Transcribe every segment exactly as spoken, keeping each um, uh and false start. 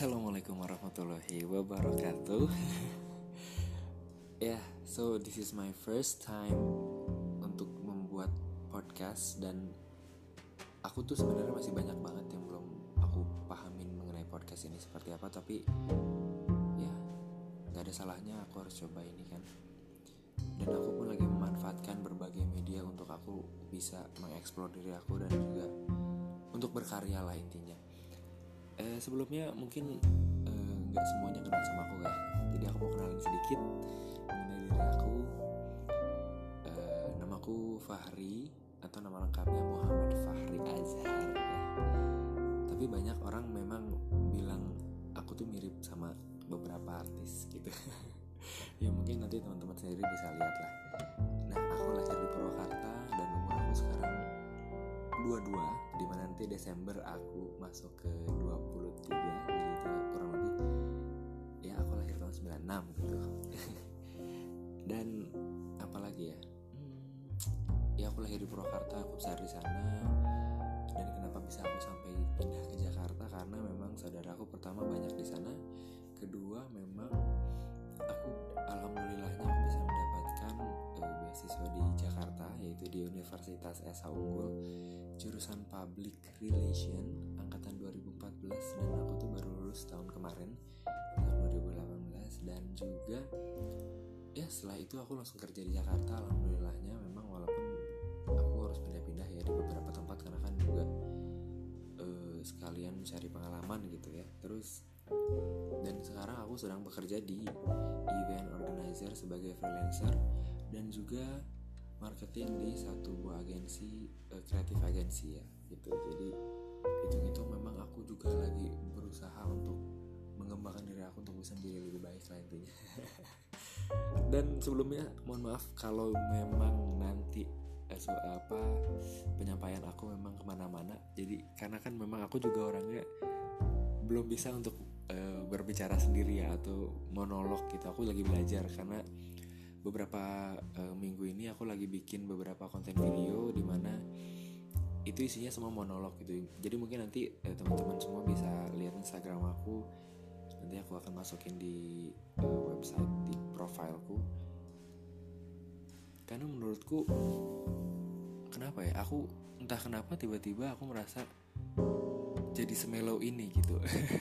Assalamualaikum warahmatullahi wabarakatuh. Ya, yeah, so this is my first time untuk membuat podcast. Dan aku tuh sebenarnya masih banyak banget yang belum aku pahamin mengenai podcast ini seperti apa. Tapi ya, gak ada salahnya aku harus coba ini kan. Dan aku pun lagi memanfaatkan berbagai media untuk aku bisa mengeksplor diri aku dan juga untuk berkarya lah intinya. Eh, sebelumnya mungkin nggak eh, semuanya kenal sama aku ya. Jadi aku mau kenalin sedikit mengenai diri aku. eh, Namaku Fahri atau nama lengkapnya Muhammad Fahri Azhar ya. Tapi banyak orang memang bilang aku tuh mirip sama beberapa artis gitu. Ya mungkin nanti teman-teman sendiri bisa lihat lah. Nah, aku lahir di Purwakarta dan umur aku sekarang dua puluh dua, dimana nanti Desember aku masuk ke dua puluh tiga. Jadi itu kurang lebih ya aku lahir tahun sembilan puluh enam gitu. Dan apalagi ya hmm, ya aku lahir di Purwakarta, aku besar di sana. Dan kenapa bisa aku sampai pindah ke Jakarta, karena memang saudaraku pertama banyak di sana. Kedua memang aku alhamdulillahnya aku bisa mendapatkan uh, beasiswa di Jakarta, yaitu di Universitas Esa Unggul, jurusan Public Relation angkatan dua ribu empat belas. Dan aku tuh baru lulus tahun kemarin, tahun dua ribu delapan belas. Dan juga ya setelah itu aku langsung kerja di Jakarta. Alhamdulillahnya memang walaupun aku harus pindah-pindah ya di beberapa tempat karena kan juga uh, sekalian mencari pengalaman gitu ya. Terus dan sekarang aku sedang bekerja di event organizer sebagai freelancer dan juga marketing di satu buah agensi, kreatif uh, agensi ya gitu. Jadi hitung-hitung memang aku juga lagi berusaha untuk mengembangkan diri aku untuk bisa menjadi lebih baik lah intinya. Dan sebelumnya mohon maaf kalau memang nanti eh, so, apa penyampaian aku memang kemana-mana. Jadi karena kan memang aku juga orangnya belum bisa untuk uh, berbicara sendiri ya atau monolog gitu. Aku lagi belajar karena beberapa uh, minggu ini aku lagi bikin beberapa konten video di mana itu isinya semua monolog gitu. Jadi mungkin nanti uh, teman-teman semua bisa lihat Instagram aku. Nanti aku akan masukin di uh, website, di profilku. Karena menurutku kenapa ya, aku entah kenapa tiba-tiba aku merasa jadi semelow ini gitu.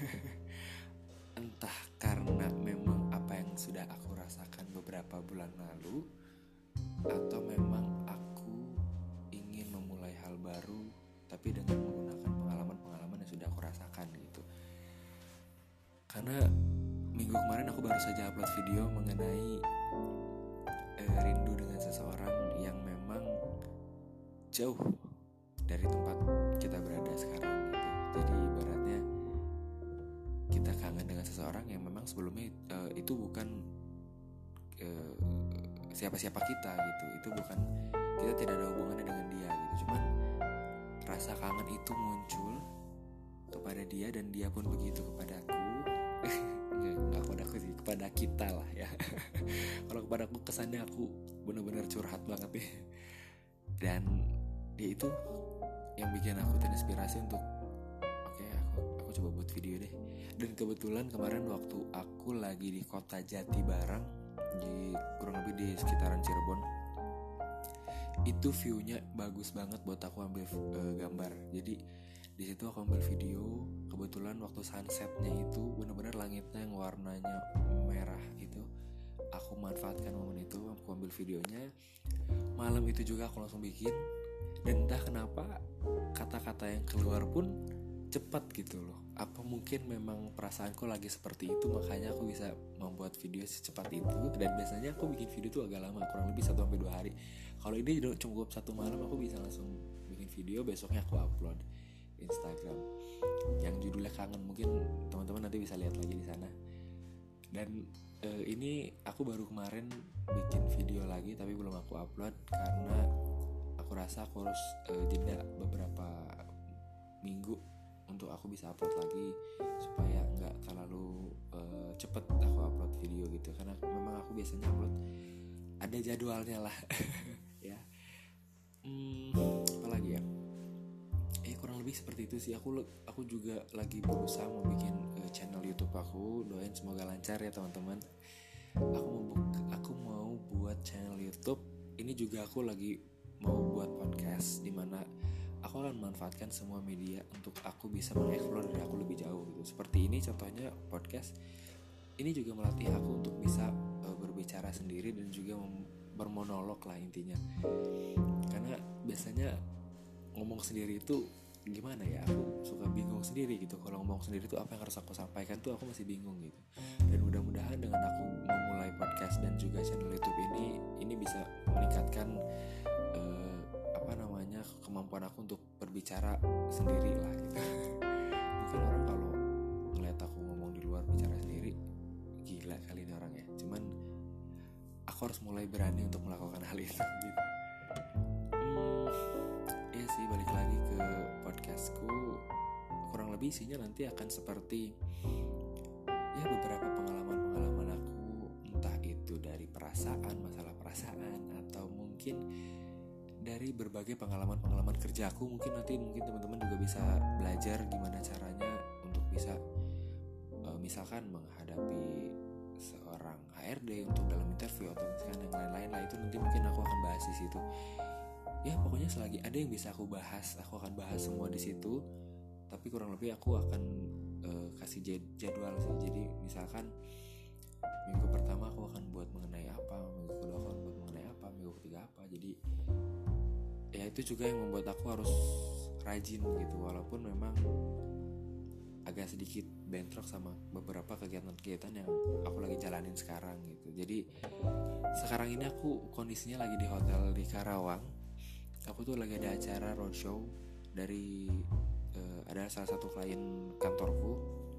Entah karena memang apa yang sudah aku rasakan beberapa bulan lalu, atau memang aku ingin memulai hal baru tapi dengan menggunakan pengalaman-pengalaman yang sudah aku rasakan gitu. Karena minggu kemarin aku baru saja upload video mengenai eh, rindu dengan seseorang yang memang jauh dari tempat kita berada sekarang gitu. Jadi ibaratnya kita kangen dengan seseorang yang memang sebelumnya uh, itu bukan uh, siapa-siapa kita gitu. Itu bukan, kita tidak ada hubungannya dengan dia gitu. Cuman rasa kangen itu muncul kepada dia dan dia pun begitu kepadaku. Nggak, nggak kepada aku sih, kepada kita lah ya. Kalau kepada aku kesannya aku benar-benar curhat banget nih. Dan dia itu yang bikin aku terinspirasi untuk aku coba buat video deh. Dan kebetulan kemarin waktu aku lagi di kota Jatibarang, di kurang lebih di sekitaran Cirebon, itu viewnya bagus banget buat aku ambil uh, gambar. Jadi di situ aku ambil video. Kebetulan waktu sunsetnya itu benar-benar langitnya yang warnanya merah itu. Aku manfaatkan momen itu, aku ambil videonya. Malam itu juga aku langsung bikin. Dan entah kenapa kata-kata yang keluar pun cepat gitu loh. Apa mungkin memang perasaanku lagi seperti itu, makanya aku bisa membuat video secepat itu. Dan biasanya aku bikin video tuh agak lama, kurang lebih satu sampai dua hari. Kalau ini cukup satu malam aku bisa langsung bikin video, besoknya aku upload Instagram yang judulnya Kangen. Mungkin teman-teman nanti bisa lihat lagi di sana. Dan eh, ini aku baru kemarin bikin video lagi tapi belum aku upload karena aku rasa aku harus eh, jeda beberapa minggu untuk aku bisa upload lagi supaya nggak terlalu uh, cepet aku upload video gitu. Karena memang aku biasanya upload ada jadwalnya lah. Ya hmm, apa lagi ya, eh kurang lebih seperti itu sih. Aku aku juga lagi berusaha mau bikin uh, channel YouTube aku. Doain semoga lancar ya teman-teman. Aku mau bu- aku mau buat channel YouTube. Ini juga aku lagi mau buat podcast, dimana aku akan memanfaatkan semua media untuk aku bisa mengeksplor diri aku lebih jauh gitu. Seperti ini contohnya podcast. Ini juga melatih aku untuk bisa uh, berbicara sendiri dan juga mem- bermonolog lah intinya. Karena biasanya ngomong sendiri itu gimana ya, aku suka bingung sendiri gitu. Kalau ngomong sendiri tuh apa yang harus aku sampaikan tuh aku masih bingung gitu. Dan mudah-mudahan dengan aku memulai podcast dan juga channel YouTube ini ini bisa meningkatkan uh, apa namanya kemampuan aku untuk berbicara sendiri lah gitu. Mungkin orang kalau ngeliat aku ngomong di luar bicara sendiri, gila kali ini orang ya. Cuman aku harus mulai berani untuk melakukan hal itu gitu. Hmm, iya sih, balik lagi ke podcastku. Kurang lebih isinya nanti akan seperti ya beberapa pengalaman-pengalaman aku, entah itu dari perasaan, masalah perasaan, atau mungkin dari berbagai pengalaman-pengalaman kerjaku. Mungkin nanti mungkin teman-teman juga bisa belajar gimana caranya untuk bisa uh, misalkan menghadapi seorang H R D untuk dalam interview atau misalkan yang lain-lain lah. Itu nanti mungkin aku akan bahas di situ. Ya pokoknya selagi ada yang bisa aku bahas, aku akan bahas semua di situ. Tapi kurang lebih aku akan uh, kasih jadwal sih. Jadi misalkan minggu pertama aku akan buat mengenai apa, minggu kedua aku akan buat mengenai apa, minggu ketiga apa. Jadi ya itu juga yang membuat aku harus rajin gitu. Walaupun memang agak sedikit bentrok sama beberapa kegiatan-kegiatan yang aku lagi jalanin sekarang gitu. Jadi sekarang ini aku kondisinya lagi di hotel di Karawang. Aku tuh lagi ada acara roadshow dari uh, ada salah satu klien kantorku.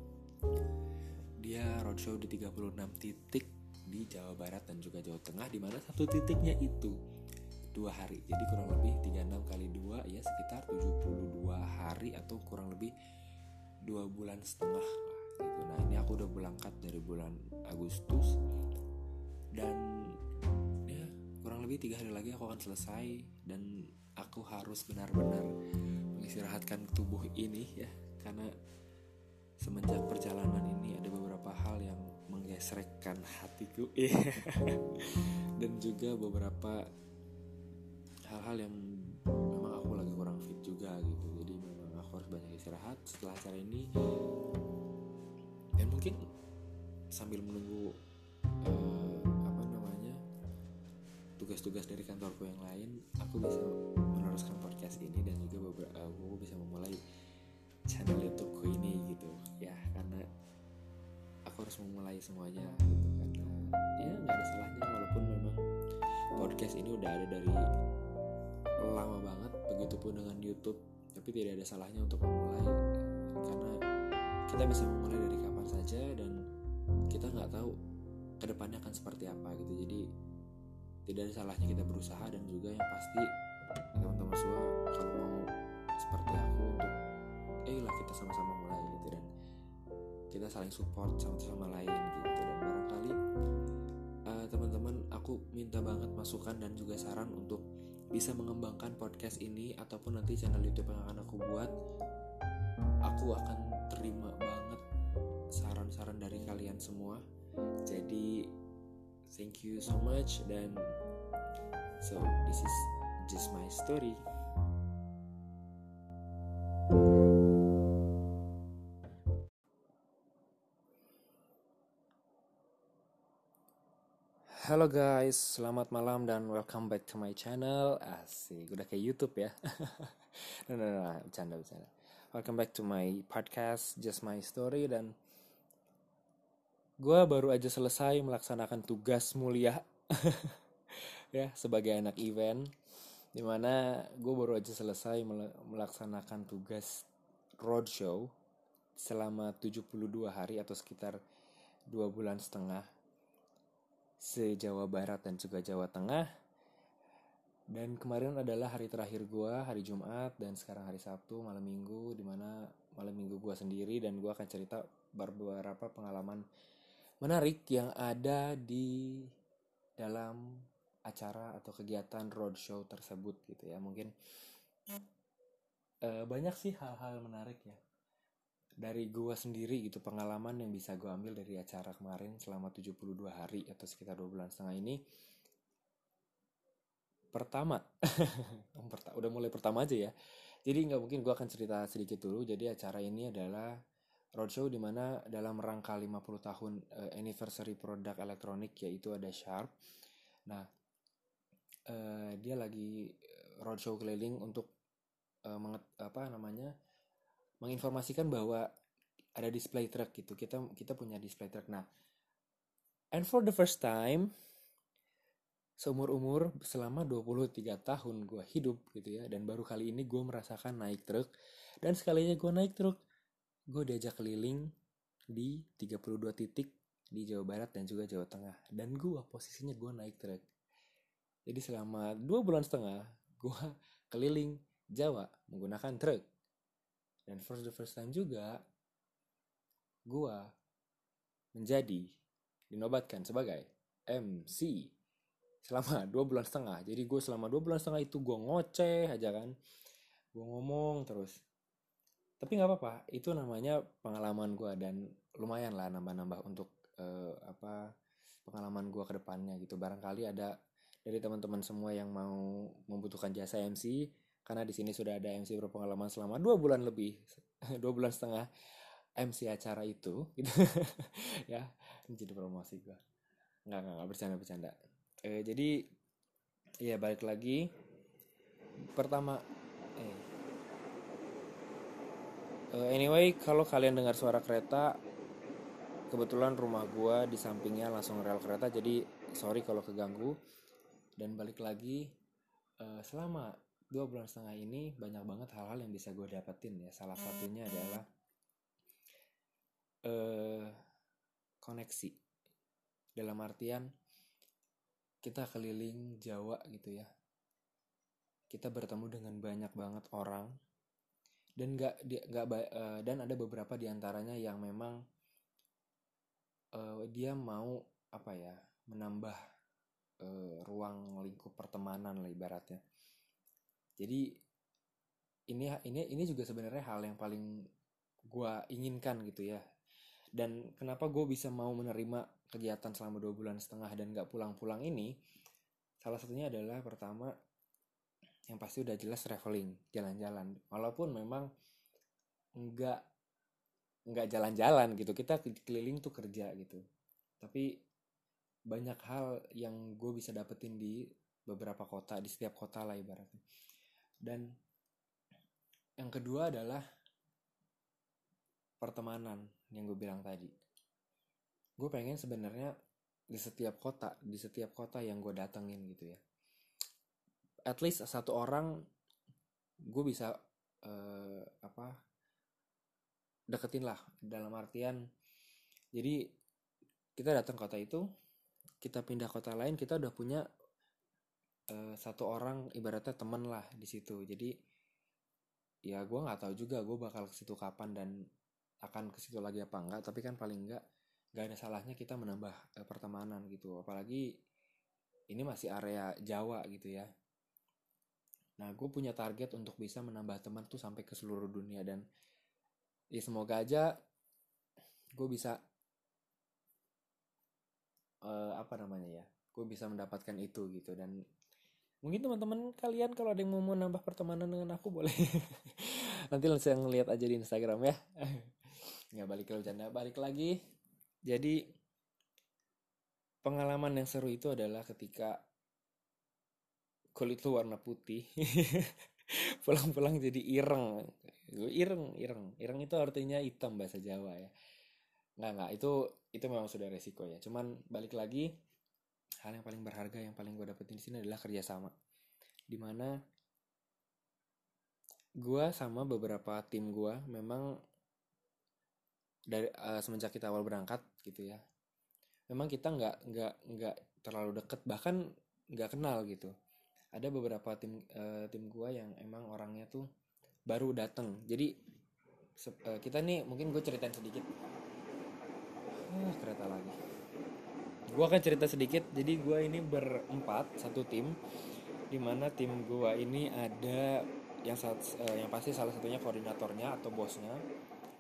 Dia roadshow di tiga puluh enam titik di Jawa Barat dan juga Jawa Tengah, di mana satu titiknya itu dua hari. Jadi kurang lebih tiga puluh enam kali dua ya sekitar tujuh puluh dua hari atau kurang lebih dua bulan setengah lah gitu. Nah ini aku udah berangkat dari bulan Agustus dan ya kurang lebih tiga hari lagi aku akan selesai. Dan aku harus benar-benar mengistirahatkan tubuh ini ya, karena semenjak perjalanan ini ada beberapa hal yang menggesrekkan hatiku dan juga beberapa hal-hal yang memang aku lagi kurang fit juga gitu. Jadi memang aku harus banyak istirahat setelah acara ini. Dan mungkin sambil menunggu uh, apa namanya tugas-tugas dari kantorku yang lain, aku bisa meneruskan podcast ini dan juga beberapa aku bisa memulai channel YouTubeku ini gitu ya, karena aku harus memulai semuanya gitu. Karena ya nggak ada salahnya walaupun memang podcast ini udah ada dari lama banget, begitupun dengan YouTube, tapi tidak ada salahnya untuk memulai, karena kita bisa memulai dari kapan saja dan kita nggak tahu kedepannya akan seperti apa gitu. Jadi tidak ada salahnya kita berusaha, dan juga yang pasti teman-teman semua kalau mau seperti aku untuk eh lah kita sama-sama mulai gitu, dan kita saling support satu sama lain gitu. Dan barangkali uh, teman-teman, aku minta banget masukan dan juga saran untuk bisa mengembangkan podcast ini ataupun nanti channel YouTube yang akan aku buat. Aku akan terima banget saran-saran dari kalian semua. Jadi thank you so much. Dan so this is just my story. Halo guys, selamat malam dan welcome back to my channel. Asik, udah kayak YouTube ya. Nah, nah, nah, bercanda, bercanda. Welcome back to my podcast, Just My Story. Dan gue baru aja selesai melaksanakan tugas mulia ya sebagai anak event, dimana gue baru aja selesai melaksanakan tugas roadshow selama tujuh puluh dua hari atau sekitar dua bulan setengah se-Jawa Barat dan juga Jawa Tengah. Dan kemarin adalah hari terakhir gue, hari Jumat, dan sekarang hari Sabtu, malam minggu, dimana malam minggu gue sendiri. Dan gue akan cerita beberapa pengalaman menarik yang ada di dalam acara atau kegiatan roadshow tersebut gitu ya. Mungkin uh, banyak sih hal-hal menarik ya. dari gue sendiri gitu, pengalaman yang bisa gue ambil dari acara kemarin selama tujuh puluh dua hari atau sekitar dua bulan setengah ini. Pertama, udah mulai pertama aja ya. Jadi nggak mungkin gue akan cerita sedikit dulu. Jadi acara ini adalah roadshow di mana dalam rangka lima puluh tahun uh, anniversary produk elektronik, yaitu ada Sharp. Nah, uh, dia lagi roadshow keliling untuk uh, menget, apa namanya menginformasikan bahwa ada display truck gitu. Kita kita punya display truck. Nah, and for the first time seumur-umur selama dua puluh tiga tahun gue hidup gitu ya, dan baru kali ini gue merasakan naik truk. Dan sekalinya gue naik truk, gue diajak keliling di tiga puluh dua titik di Jawa Barat dan juga Jawa Tengah. Dan gue posisinya gue naik truk. Jadi selama dua bulan setengah gue keliling Jawa menggunakan truk. Dan for the first time juga gue menjadi dinobatkan sebagai M C selama dua bulan setengah. Jadi gue selama dua bulan setengah itu gue ngoceh aja kan, gue ngomong terus. Tapi nggak apa-apa, itu namanya pengalaman gue, dan lumayan lah nambah-nambah untuk uh, apa pengalaman gue ke depannya gitu. Barangkali ada dari teman-teman semua yang mau membutuhkan jasa M C, karena di sini sudah ada M C berpengalaman selama dua bulan lebih, dua bulan setengah M C acara itu gitu. Ya, ini jadi promosi gue. Nggak, nggak, nggak, bercanda-bercanda. Eh, jadi ya balik lagi pertama eh uh, anyway, kalau kalian dengar suara kereta, kebetulan rumah gua di sampingnya langsung rel kereta, jadi sorry kalau keganggu. Dan balik lagi, uh, selama dua bulan setengah ini banyak banget hal-hal yang bisa gue dapetin ya. Salah satunya adalah uh, koneksi, dalam artian kita keliling Jawa gitu ya, kita bertemu dengan banyak banget orang, dan nggak nggak uh, dan ada beberapa diantaranya yang memang uh, dia mau apa ya menambah uh, ruang lingkup pertemanan lah ibaratnya. Jadi ini ini ini juga sebenarnya hal yang paling gue inginkan gitu ya. Dan kenapa gue bisa mau menerima kegiatan selama dua bulan setengah dan nggak pulang-pulang ini? Salah satunya adalah pertama, yang pasti udah jelas traveling, jalan-jalan. Walaupun memang nggak nggak jalan-jalan gitu, kita keliling tuh kerja gitu. Tapi banyak hal yang gue bisa dapetin di beberapa kota, di setiap kota lah ibaratnya. Dan yang kedua adalah pertemanan yang gue bilang tadi. Gue pengen sebenarnya di setiap kota, di setiap kota yang gue datengin gitu ya, at least satu orang gue bisa uh, apa deketin lah, dalam artian jadi kita datang kota itu, kita pindah kota lain, kita udah punya uh, satu orang ibaratnya temen lah di situ. Jadi ya gue nggak tahu juga gue bakal ke situ kapan dan akan ke situ lagi apa enggak, tapi kan paling enggak nggak ada salahnya kita menambah uh, pertemanan gitu, apalagi ini masih area Jawa gitu ya. Nah, gue punya target untuk bisa menambah teman tuh sampai ke seluruh dunia, dan ya semoga aja gue bisa uh, apa namanya ya, gue bisa mendapatkan itu gitu. Dan mungkin teman-teman kalian kalau ada yang mau menambah pertemanan dengan aku boleh nanti langsung lihat aja di Instagram ya. Nggak, balik ke bercanda, balik lagi. Jadi pengalaman yang seru itu adalah ketika kulit lu warna putih pulang-pulang jadi ireng. Ireng, ireng, ireng itu artinya hitam bahasa Jawa ya. Nggak, nggak, itu itu memang sudah resiko ya. Cuman balik lagi, hal yang paling berharga yang paling gue dapetin di sini adalah kerjasama. Dimana gue sama beberapa tim gue memang dari uh, semenjak kita awal berangkat gitu ya, memang kita nggak nggak nggak terlalu deket, bahkan nggak kenal gitu. Ada beberapa tim uh, tim gue yang emang orangnya tuh baru datang. Jadi se- uh, kita nih, mungkin gue ceritain sedikit. Ah, kereta lagi. Gue akan cerita sedikit. Jadi gue ini berempat, satu tim. Dimana tim gue ini ada yang saat, uh, yang pasti salah satunya koordinatornya atau bosnya.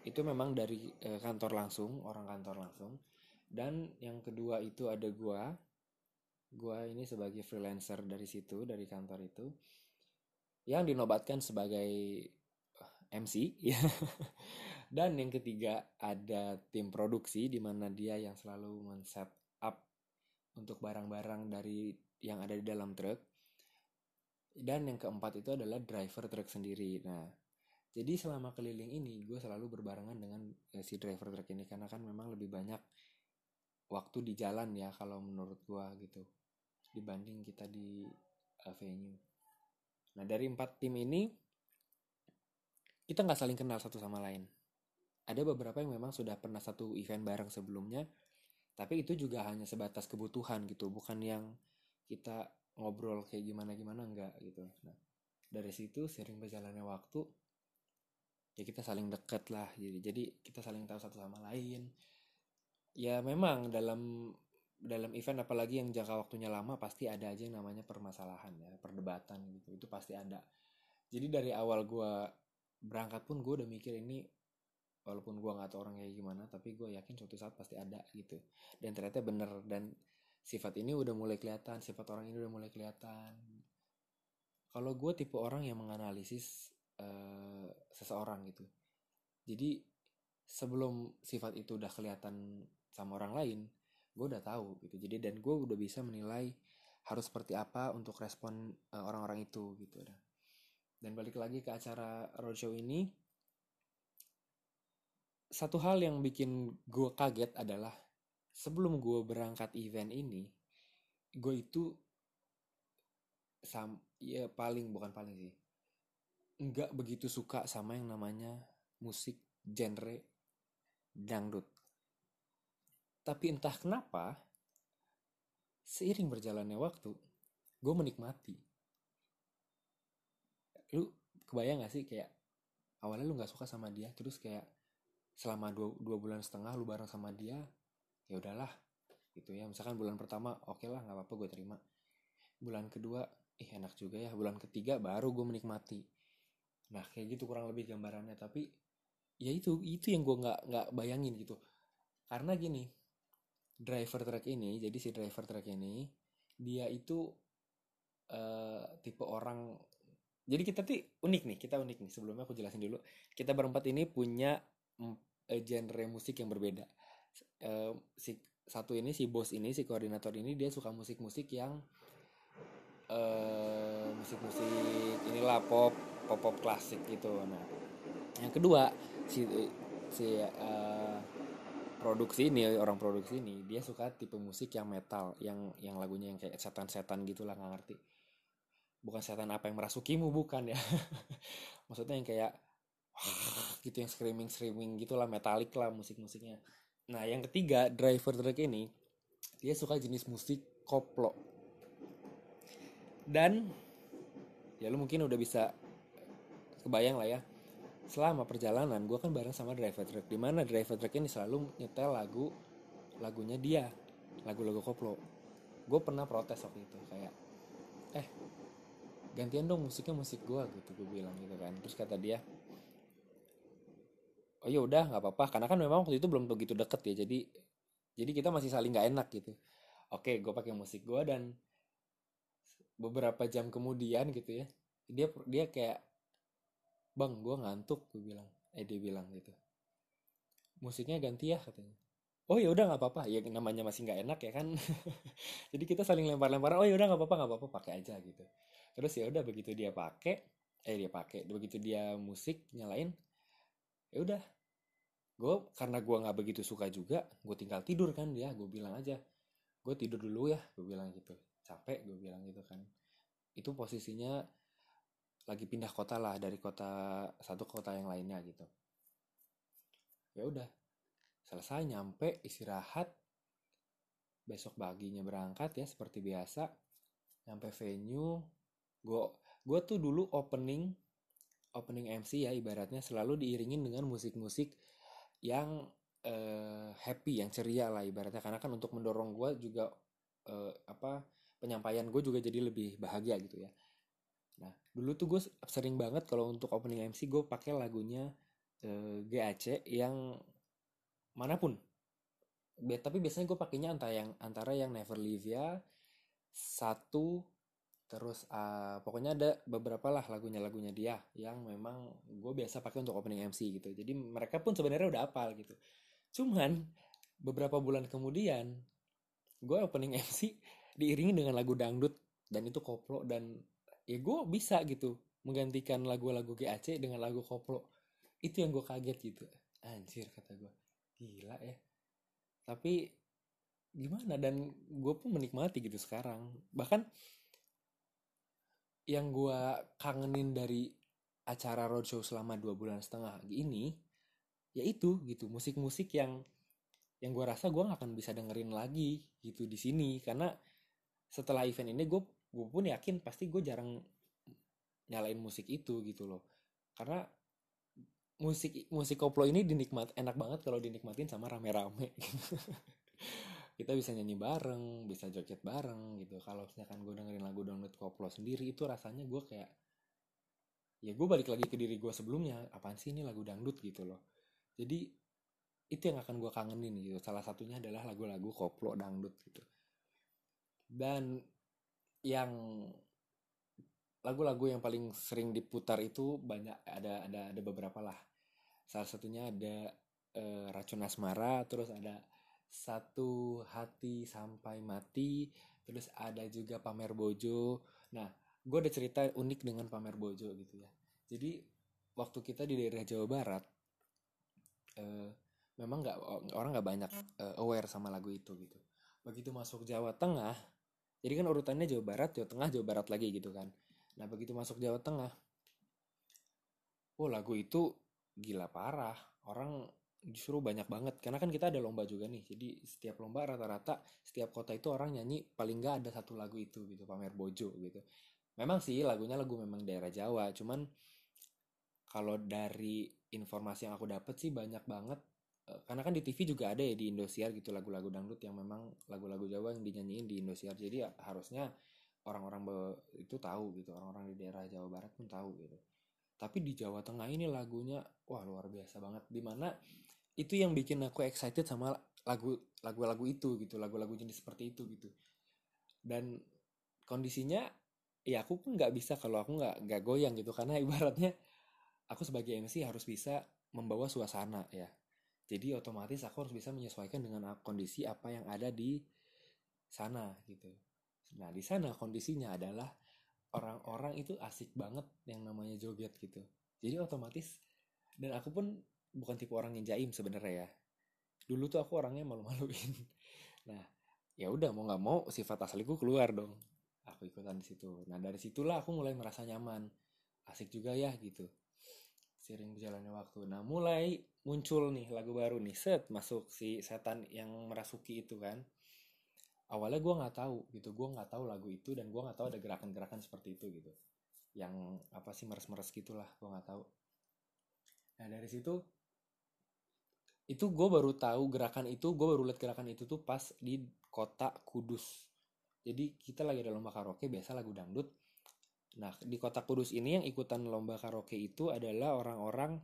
itu memang dari eh, kantor langsung, orang kantor langsung. Dan yang kedua itu ada gua. Gua ini sebagai freelancer dari situ, dari kantor itu, yang dinobatkan sebagai eh, M C ya. Dan yang ketiga ada tim produksi di mana dia yang selalu men-set up untuk barang-barang dari yang ada di dalam truk. Dan yang keempat itu adalah driver truk sendiri. Nah, jadi selama keliling ini gue selalu berbarengan dengan eh, si driver truk ini karena kan memang lebih banyak waktu di jalan ya kalau menurut gue gitu dibanding kita di uh, venue. Nah, dari empat tim ini kita nggak saling kenal satu sama lain. Ada beberapa yang memang sudah pernah satu event bareng sebelumnya, tapi itu juga hanya sebatas kebutuhan gitu, bukan yang kita ngobrol kayak gimana-gimana enggak gitu. Nah, dari situ sering berjalannya waktu, ya kita saling deket lah. Jadi, jadi kita saling tahu satu sama lain. Ya memang dalam dalam event apalagi yang jangka waktunya lama pasti ada aja yang namanya permasalahan ya, perdebatan gitu. Itu pasti ada. Jadi dari awal gue berangkat pun gue udah mikir ini walaupun gue nggak tahu orang kayak gimana tapi gue yakin suatu saat pasti ada gitu. Dan ternyata bener dan sifat ini udah mulai kelihatan, sifat orang ini udah mulai kelihatan. Kalau gue tipe orang yang menganalisis uh, seseorang gitu. Jadi sebelum sifat itu udah kelihatan sama orang lain, gue udah tahu gitu. Jadi dan gue udah bisa menilai harus seperti apa untuk respon uh, orang-orang itu gitu. Dan balik lagi ke acara roadshow ini, satu hal yang bikin gue kaget adalah sebelum gue berangkat event ini, gue itu sam ya paling bukan paling sih, nggak begitu suka sama yang namanya musik genre dangdut. Tapi entah kenapa, seiring berjalannya waktu, gue menikmati. Lu kebayang gak sih kayak awalnya lu nggak suka sama dia, terus kayak selama dua, dua bulan setengah lu bareng sama dia, ya udahlah gitu ya. Misalkan bulan pertama oke okay lah nggak apa-apa gue terima. Bulan kedua, ih enak juga ya. Bulan ketiga baru gue menikmati. Nah kayak gitu kurang lebih gambarannya. Tapi ya itu itu yang gue nggak nggak bayangin gitu. Karena gini, driver truk ini, jadi si driver truk ini dia itu uh, tipe orang. Jadi kita tuh unik nih, kita unik nih. Sebelumnya aku jelasin dulu. Kita berempat ini punya mm, eh, genre musik yang berbeda. Eh, si satu ini si bos ini, si koordinator ini dia suka musik-musik yang eh, musik-musik inilah pop, pop pop klasik gitu. Nah, yang kedua si si eh, produksi ini orang produksi ini dia suka tipe musik yang metal, yang yang lagunya yang kayak setan-setan gitulah nggak ngerti. Bukan setan apa yang merasukimu bukan ya. Maksudnya yang kayak gitu yang screaming screaming gitulah metalik lah musik-musiknya. Nah yang ketiga driver track ini dia suka jenis musik koplo. Dan ya lu mungkin udah bisa kebayang lah ya. Selama perjalanan gue kan bareng sama driver track, dimana driver track ini selalu nyetel lagu lagunya dia, lagu-lagu koplo. Gue pernah protes waktu itu kayak eh gantian dong musiknya musik gue gitu, gue bilang gitu kan. Terus kata dia oh ya udah nggak apa-apa karena kan memang waktu itu belum begitu deket ya, jadi jadi kita masih saling nggak enak gitu. Oke gue pakai musik gue dan beberapa jam kemudian gitu ya dia dia kayak bang gue ngantuk, gue bilang eh dia bilang gitu musiknya ganti ya katanya. Oh ya udah nggak apa-apa ya namanya masih nggak enak ya kan. Jadi kita saling lempar-lemparan oh ya udah nggak apa-apa nggak apa-apa pakai aja gitu. Terus ya udah begitu dia pakai eh dia pakai begitu dia musik nyalain ya udah gue karena gue nggak begitu suka juga gue tinggal tidur kan, dia gue bilang aja gue tidur dulu ya gue bilang gitu, capek gue bilang gitu kan. Itu posisinya lagi pindah kota lah dari kota satu ke kota yang lainnya gitu. Ya udah selesai nyampe istirahat, besok paginya berangkat ya seperti biasa. Nyampe venue gue gue tuh dulu opening opening M C ya ibaratnya selalu diiringin dengan musik-musik yang eh, happy, yang ceria lah ibaratnya, karena kan untuk mendorong gue juga eh, apa penyampaian gue juga jadi lebih bahagia gitu ya. Nah dulu tuh gue sering banget kalau untuk opening M C gue pakai lagunya eh, G A C yang manapun. Be- tapi biasanya gue pakainya antara yang antara yang Never Leave Ya satu, terus ah, pokoknya ada beberapa lah lagunya-lagunya dia yang memang gue biasa pakai untuk opening M C gitu. Jadi mereka pun sebenarnya udah hafal gitu. Cuman beberapa bulan kemudian gue opening M C diiringi dengan lagu dangdut dan itu koplo, dan ya gue bisa gitu menggantikan lagu-lagu G A C dengan lagu koplo. Itu yang gue kaget gitu. Anjir, kata gue, gila ya. Tapi gimana, dan gue pun menikmati gitu sekarang. Bahkan yang gue kangenin dari acara roadshow selama dua bulan setengah ini yaitu gitu musik-musik yang yang gue rasa gue nggak akan bisa dengerin lagi gitu di sini, karena setelah event ini gue gue pun yakin pasti gue jarang nyalain musik itu gitu loh, karena musik musik koplo ini dinikmat enak banget kalau dinikmatin sama rame-rame. Kita bisa nyanyi bareng, bisa joget bareng gitu. Kalau misalkan gue dengerin lagu download koplo sendiri itu rasanya gue kayak, ya gue balik lagi ke diri gue sebelumnya, apaan sih ini lagu dangdut gitu loh. Jadi itu yang akan gue kangenin gitu, salah satunya adalah lagu-lagu koplo dangdut gitu. Dan yang lagu-lagu yang paling sering diputar itu banyak, ada ada ada beberapa lah. Salah satunya ada eh, Racun Asmara, terus ada Satu Hati Sampai Mati, terus ada juga Pamer Bojo. Nah, gue ada cerita unik dengan Pamer Bojo gitu ya. Jadi waktu kita di daerah Jawa Barat, eh, memang nggak, orang nggak banyak eh, aware sama lagu itu gitu. Begitu masuk Jawa Tengah, jadi kan urutannya Jawa Barat, Jawa Tengah, Jawa Barat lagi gitu kan. Nah, begitu masuk Jawa Tengah, oh lagu itu gila parah. Orang justru banyak banget. Karena kan kita ada lomba juga nih. Jadi setiap lomba rata-rata setiap kota itu orang nyanyi paling nggak ada satu lagu itu gitu, Pamer Bojo gitu. Memang sih lagunya lagu memang daerah Jawa. Cuman kalau dari informasi yang aku dapat sih banyak banget. Eh, Karena kan di T V juga ada ya di Indosiar gitu lagu-lagu dangdut yang memang lagu-lagu Jawa yang dinyanyiin di Indosiar. Jadi ya harusnya orang-orang be- itu tahu gitu. Orang-orang di daerah Jawa Barat pun tahu gitu. Tapi di Jawa Tengah ini lagunya wah luar biasa banget. Dimana itu yang bikin aku excited sama lagu lagu-lagu itu gitu, lagu-lagu jenis seperti itu gitu. Dan kondisinya ya aku pun nggak bisa kalau aku nggak nggak goyang gitu, karena ibaratnya aku sebagai M C harus bisa membawa suasana ya. Jadi otomatis aku harus bisa menyesuaikan dengan kondisi apa yang ada di sana gitu. Nah di sana kondisinya adalah orang-orang itu asik banget yang namanya joget gitu. Jadi otomatis, dan aku pun bukan tipe orang yang jaim sebenarnya ya. Dulu tuh aku orangnya malu-maluin. Nah, ya udah mau nggak mau sifat asliku keluar dong. Aku ikutan di situ. Nah, dari situlah aku mulai merasa nyaman. Asik juga ya gitu. Sering berjalannya waktu. Nah, mulai muncul nih lagu baru nih. Set masuk si setan yang merasuki itu kan. Awalnya gue nggak tahu gitu. Gue nggak tahu lagu itu dan gue nggak tahu ada gerakan-gerakan seperti itu gitu. Yang apa sih meres-meres gitulah. Gue nggak tahu. Nah, dari situ itu gue baru tahu gerakan itu, gue baru lihat gerakan itu tuh pas di kota Kudus. Jadi kita lagi ada lomba karaoke biasa lagu dangdut. Nah di kota Kudus ini yang ikutan lomba karaoke itu adalah orang-orang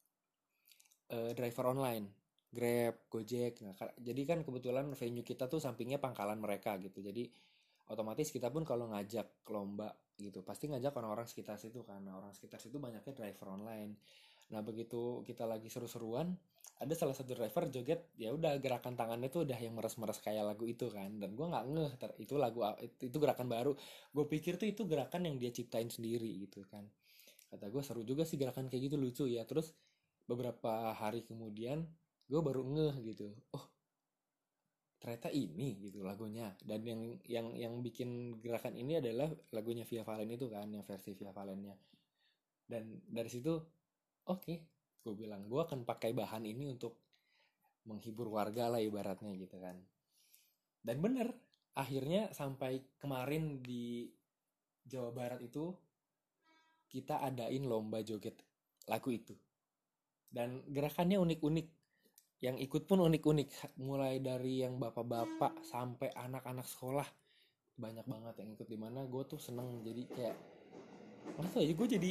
eh, driver online, Grab, Gojek. Nah jadi kan kebetulan venue kita tuh sampingnya pangkalan mereka gitu. Jadi otomatis kita pun kalau ngajak lomba gitu pasti ngajak orang-orang sekitar situ, karena orang sekitar situ banyaknya driver online. Nah begitu kita lagi seru-seruan, ada salah satu driver joget, ya udah gerakan tangannya tuh udah yang meres-meres kayak lagu itu kan, dan gue nggak ngeh ter- itu lagu itu, itu gerakan baru. Gue pikir tuh itu gerakan yang dia ciptain sendiri gitu kan. Kata gue seru juga sih gerakan kayak gitu, lucu ya. Terus beberapa hari kemudian gue baru ngeh gitu, oh ternyata ini gitu lagunya. Dan yang yang yang bikin gerakan ini adalah lagunya Via Valen itu kan, yang versi Via Valennya. Dan dari situ oke, okay, gue bilang gue akan pakai bahan ini untuk menghibur warga lah ibaratnya gitu kan. Dan bener, akhirnya sampai kemarin di Jawa Barat itu kita adain lomba joget lagu itu. Dan gerakannya unik-unik, yang ikut pun unik-unik, mulai dari yang bapak-bapak sampai anak-anak sekolah banyak banget yang ikut. Dimana gue tuh seneng, jadi kayak nggak tahu ya, gue jadi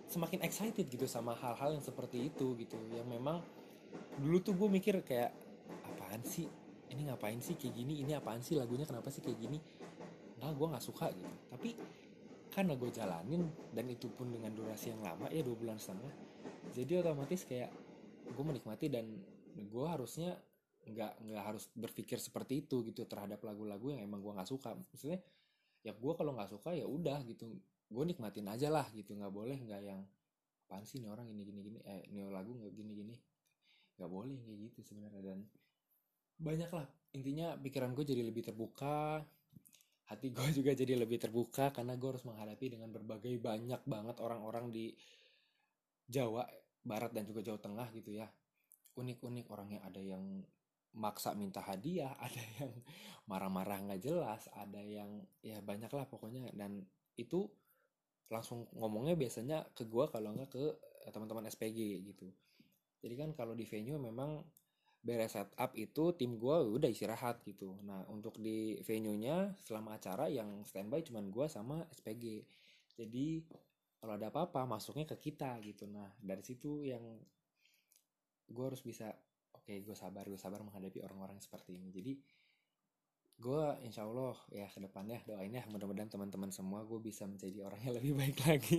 semakin excited gitu sama hal-hal yang seperti itu gitu, yang memang dulu tuh gue mikir kayak apaan sih ini, ngapain sih kayak gini, ini apaan sih lagunya, kenapa sih kayak gini, nah gue nggak suka gitu. Tapi karena gue jalanin, dan itu pun dengan durasi yang lama ya, dua bulan setengah, jadi otomatis kayak gue menikmati, dan gue harusnya nggak nggak harus berpikir seperti itu gitu terhadap lagu-lagu yang emang gue nggak suka. Maksudnya ya gue kalau nggak suka ya udah gitu, gue nikmatin aja lah gitu, nggak boleh nggak yang apaan sih ini orang ini gini gini, eh ini lagu nggak gini gini, nggak boleh kayak gitu sebenarnya. Dan banyak lah, intinya pikiran gue jadi lebih terbuka, hati gue juga jadi lebih terbuka, karena gue harus menghadapi dengan berbagai banyak banget orang-orang di Jawa Barat dan juga Jawa Tengah gitu ya. Unik-unik orangnya, ada yang maksa minta hadiah, ada yang marah-marah nggak jelas, ada yang ya banyak lah pokoknya. Dan itu langsung ngomongnya biasanya ke gue, kalau nggak ke teman-teman S P G gitu. Jadi kan kalau di venue memang beres setup itu tim gue udah istirahat gitu. Nah untuk di venue-nya selama acara yang standby cuman gue sama S P G. Jadi kalau ada apa-apa masuknya ke kita gitu. Nah dari situ yang gue harus bisa, oke okay, gue sabar, gue sabar menghadapi orang-orang seperti ini. Jadi gue insya Allah ya ke depannya doain ya, mudah-mudahan teman-teman semua gue bisa menjadi orang yang lebih baik lagi.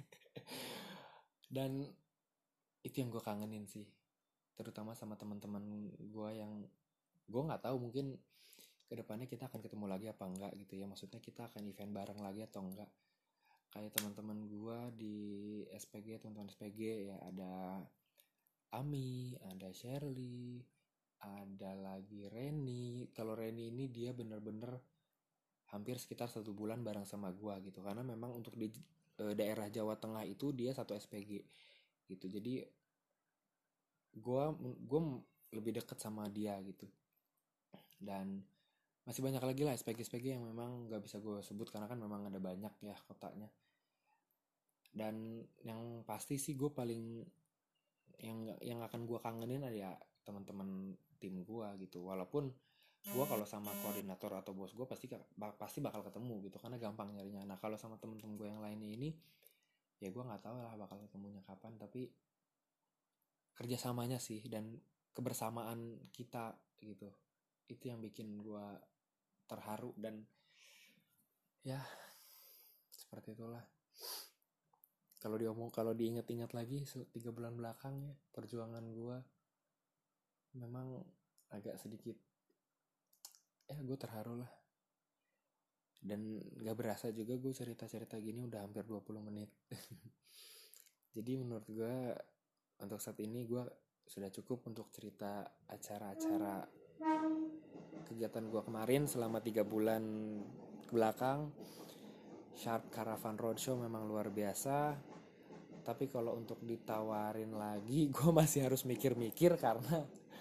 Dan itu yang gue kangenin sih, terutama sama teman-teman gue yang gue nggak tahu mungkin kedepannya kita akan ketemu lagi apa enggak gitu ya, maksudnya kita akan event bareng lagi atau enggak. Kayak teman-teman gue di S P G, teman-teman S P G ya, ada Ami, ada Shirley, ada lagi Reni. Kalau Reni ini dia bener-bener hampir sekitar satu bulan bareng sama gue gitu, karena memang untuk di e, daerah Jawa Tengah itu dia satu S P G gitu. Jadi gue gue lebih deket sama dia gitu. Dan masih banyak lagi lah S P G S P G yang memang gak bisa gue sebut karena kan memang ada banyak ya kotanya. Dan yang pasti sih gue paling yang yang akan gue kangenin ada ya teman-teman tim gue gitu. Walaupun gue kalau sama koordinator atau bos gue pasti pasti bakal ketemu gitu karena gampang nyarinya. Nah kalau sama temen-temen gue yang lainnya ini ya gue nggak tahu lah bakal ketemunya kapan, tapi kerjasamanya sih dan kebersamaan kita gitu, itu yang bikin gue terharu. Dan ya seperti itulah, kalau diomong kalau diingat-ingat lagi tiga bulan belakang ya perjuangan gue memang agak sedikit ya gue terharu lah. Dan gak berasa juga gue cerita-cerita gini udah hampir dua puluh menit. Jadi menurut gue untuk saat ini gue sudah cukup untuk cerita acara-acara kegiatan gue kemarin selama tiga bulan ke belakang. Sharp Caravan Roadshow memang luar biasa, tapi kalau untuk ditawarin lagi gue masih harus mikir-mikir karena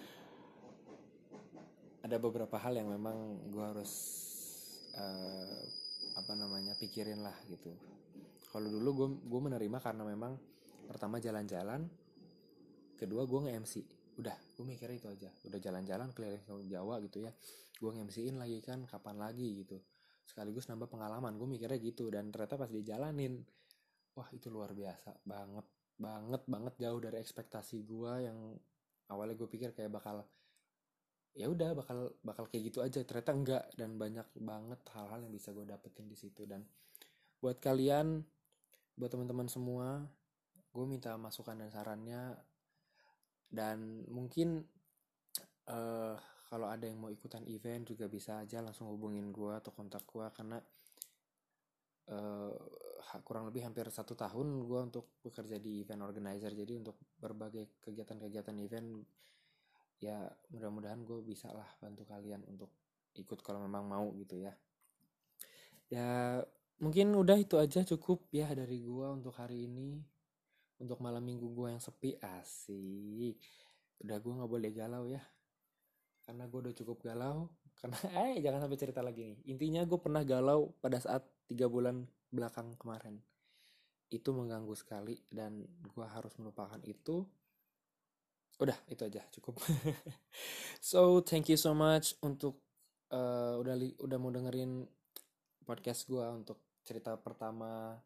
ada beberapa hal yang memang gue harus uh, apa namanya pikirin lah gitu. Kalau dulu gue gue menerima karena memang pertama jalan-jalan, kedua gue nge-M C, udah gue mikirnya itu aja, udah jalan-jalan keliling Jawa gitu ya, gue nge-M C-in lagi kan kapan lagi gitu, sekaligus nambah pengalaman, gue mikirnya gitu. Dan ternyata pas dijalanin, wah itu luar biasa banget banget banget, jauh dari ekspektasi gue yang awalnya gue pikir kayak bakal ya udah bakal bakal kayak gitu aja, ternyata enggak, dan banyak banget hal-hal yang bisa gue dapetin di situ. Dan buat kalian, buat teman-teman semua, gue minta masukan dan sarannya. Dan mungkin uh, kalau ada yang mau ikutan event juga bisa aja langsung hubungin gue atau kontak gue, karena uh, kurang lebih hampir satu tahun gue untuk bekerja di event organizer. Jadi untuk berbagai kegiatan-kegiatan event ya mudah-mudahan gue bisa lah bantu kalian untuk ikut kalau memang mau gitu ya. Ya mungkin udah itu aja cukup ya dari gue untuk hari ini, untuk malam minggu gue yang sepi. Asik, udah gue nggak boleh galau ya, karena gue udah cukup galau. Karena eh jangan sampai cerita lagi nih. Intinya gue pernah galau pada saat tiga bulan belakang kemarin. Itu mengganggu sekali dan gue harus melupakan itu. Udah itu aja cukup. So thank you so much untuk uh, udah li- udah mau dengerin podcast gue untuk cerita pertama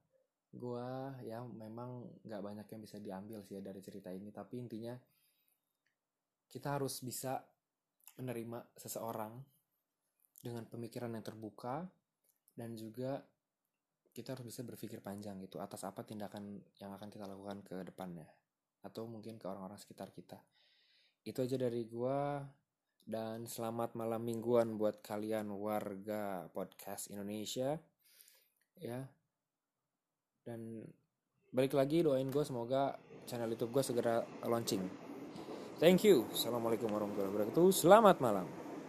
gue ya memang nggak banyak yang bisa diambil sih ya dari cerita ini, tapi intinya kita harus bisa menerima seseorang dengan pemikiran yang terbuka, dan juga kita harus bisa berpikir panjang gitu atas apa tindakan yang akan kita lakukan ke depannya, atau mungkin ke orang-orang sekitar kita. Itu aja dari gua, dan selamat malam mingguan buat kalian warga podcast Indonesia ya. Dan balik lagi, doain gue semoga channel YouTube gue segera launching. Thank you. Assalamualaikum warahmatullahi wabarakatuh. Selamat malam.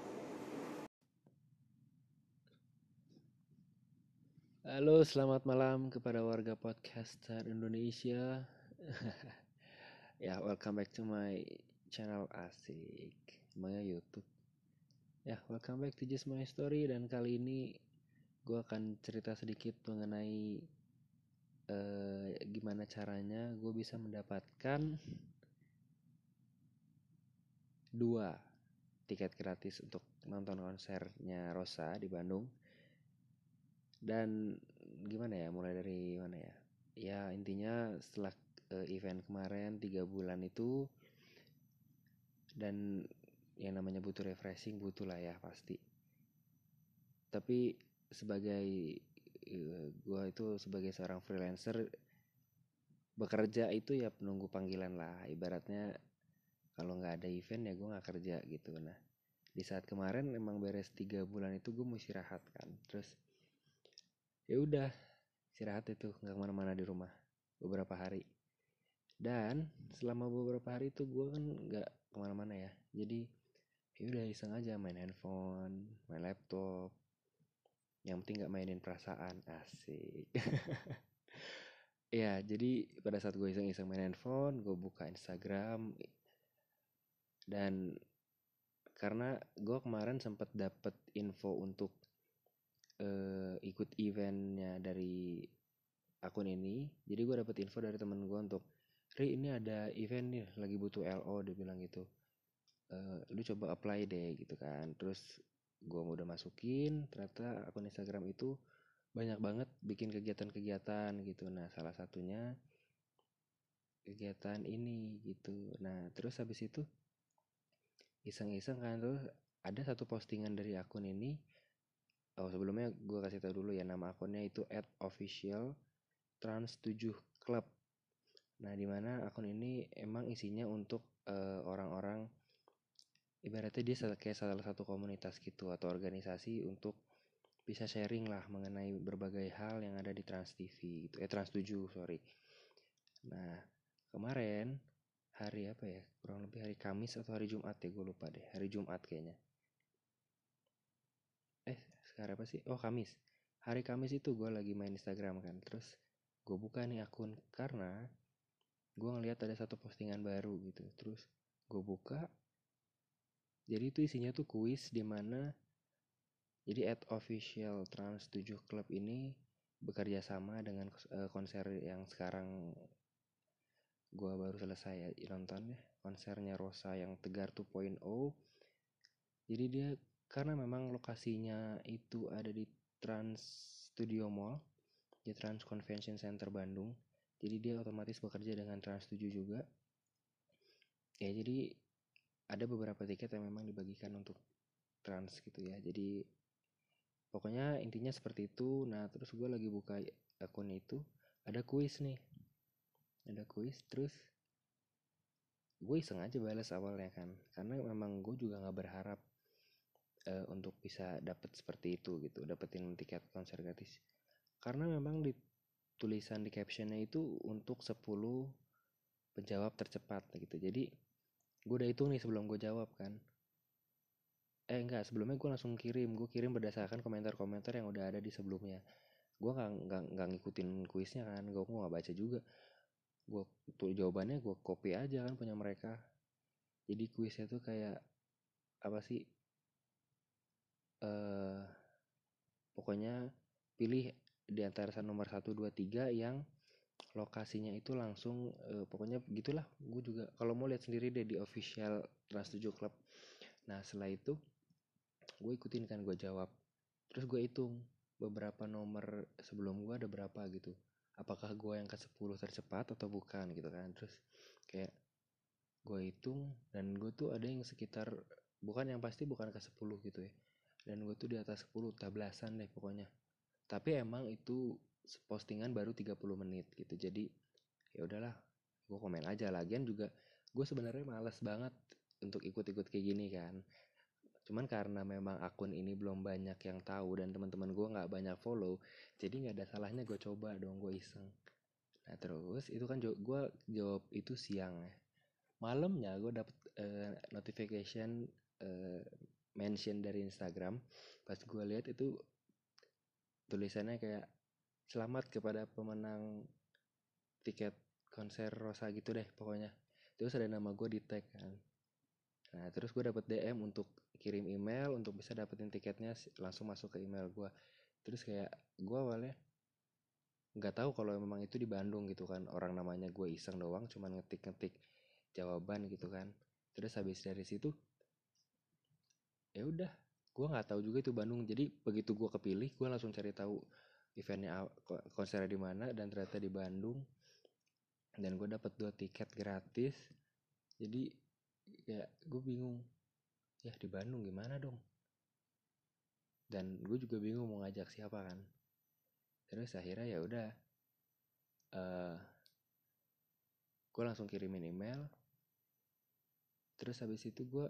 Halo, selamat malam kepada warga podcaster Indonesia. Ya, welcome back to my channel asik. Emangnya YouTube. Ya, welcome back to Just My Story. Dan kali ini gue akan cerita sedikit mengenai uh, gimana caranya gue bisa mendapatkan dua tiket gratis untuk nonton konsernya Rosa di Bandung. Dan gimana ya, mulai dari mana ya? Ya intinya setelah uh, event kemarin tiga bulan itu, dan yang namanya butuh refreshing, butuh lah ya pasti. Tapi sebagai uh, gue itu sebagai seorang freelancer, bekerja itu ya penunggu panggilan lah. Ibaratnya kalau nggak ada event ya gue nggak kerja gitu. Nah di saat kemarin emang beres tiga bulan itu gue mau istirahat kan. Terus ya udah istirahat itu, nggak kemana-mana di rumah beberapa hari. Dan selama beberapa hari itu gue kan nggak kemana-mana ya. Jadi ya udah iseng aja main handphone, main laptop. Yang penting nggak mainin perasaan, asik. Ya jadi pada saat gue iseng-iseng main handphone, gue buka Instagram. Dan karena gue kemarin sempat dapet info untuk uh, ikut eventnya dari akun ini. Jadi gue dapet info dari temen gue untuk, Ri ini ada event nih lagi butuh L O, dia bilang gitu. Uh, lu coba apply deh gitu kan. Terus gue udah masukin, ternyata akun Instagram itu banyak banget bikin kegiatan-kegiatan gitu. Nah salah satunya kegiatan ini gitu. Nah terus habis itu iseng-iseng kan, terus ada satu postingan dari akun ini. Oh sebelumnya gue kasih tahu dulu ya, nama akunnya itu at official trans tujuh club. Nah dimana akun ini emang isinya untuk uh, orang-orang, ibaratnya dia kayak salah satu komunitas gitu atau organisasi untuk bisa sharing lah mengenai berbagai hal yang ada di Trans T V gitu. Eh Trans tujuh sorry. Nah kemarin hari apa ya, kurang lebih hari Kamis atau hari Jumat ya, gue lupa deh, hari Jumat kayaknya. Eh sekarang apa sih, oh Kamis. Hari Kamis itu gue lagi main Instagram kan, terus gue buka nih akun karena gue ngeliat ada satu postingan baru gitu. Terus gue buka, jadi itu isinya tuh kuis, dimana jadi at official trans tujuh club ini bekerja sama dengan uh, konser yang sekarang gue baru selesai ya nonton ya, konsernya Rosa yang Tegar dua titik nol. Jadi dia karena memang lokasinya itu ada di Trans Studio Mall, di Trans Convention Center Bandung. Jadi dia otomatis bekerja dengan Trans tujuh juga. Ya jadi ada beberapa tiket yang memang dibagikan untuk Trans gitu ya. Jadi pokoknya intinya seperti itu. Nah terus gue lagi buka akun itu, ada kuis nih. Ada kuis, terus gue iseng aja balas awalnya kan. Karena memang gue juga gak berharap uh, untuk bisa dapet seperti itu gitu, dapetin tiket konser gratis. Karena memang di tulisan di captionnya itu untuk sepuluh penjawab tercepat gitu. Jadi gue udah hitung nih sebelum gue jawab kan. Eh enggak, sebelumnya gue langsung kirim. Gue kirim berdasarkan komentar-komentar yang udah ada di sebelumnya. Gue gak, gak, gak ngikutin kuisnya kan. Gue gak baca juga. Gue tuh jawabannya gue copy aja kan punya mereka. Jadi kuisnya tuh kayak apa sih, uh, pokoknya pilih di antara nomor satu, dua, tiga yang lokasinya itu langsung uh, pokoknya gitulah. Gue juga kalau mau lihat sendiri deh di official Trans tujuh Club. Nah setelah itu gue ikutin kan, gue jawab. Terus gue hitung beberapa nomor sebelum gue ada berapa gitu. apakah gue yang ke sepuluh tercepat atau bukan gitu kan. Terus kayak gue hitung dan gue tuh ada yang sekitar, bukan yang pasti bukan ke sepuluh gitu ya, dan gue tuh di atas sepuluh, tablasan deh pokoknya. Tapi emang itu postingan baru tiga puluh menit gitu, jadi ya udahlah, gue komen aja. Lagian juga gue sebenarnya malas banget untuk ikut-ikut kayak gini kan. Cuman karena memang akun ini belum banyak yang tahu dan teman-teman gue nggak banyak follow, jadi nggak ada salahnya gue coba dong, gue iseng. Nah terus itu kan gue jawab itu siang ya. Malamnya gue dapet uh, notification, uh, mention dari Instagram. Pas gue lihat itu tulisannya kayak selamat kepada pemenang tiket konser Rosa gitu deh pokoknya. Terus ada nama gue di tag kan. Nah terus gue dapet D M untuk kirim email untuk bisa dapetin tiketnya langsung masuk ke email gue. Terus kayak gue awalnya nggak tahu kalau memang itu di Bandung gitu kan, orang namanya gue iseng doang cuman ngetik-ngetik jawaban gitu kan. Terus habis dari situ ya udah, gue nggak tahu juga itu Bandung. Jadi begitu gue kepilih gue langsung cari tahu eventnya, konsernya di mana, dan ternyata di Bandung. Dan gue dapat dua tiket gratis. Jadi ya gue bingung, ya di Bandung gimana dong, dan gue juga bingung mau ngajak siapa kan. Terus akhirnya ya udah, uh, gue langsung kirimin email. Terus habis itu gue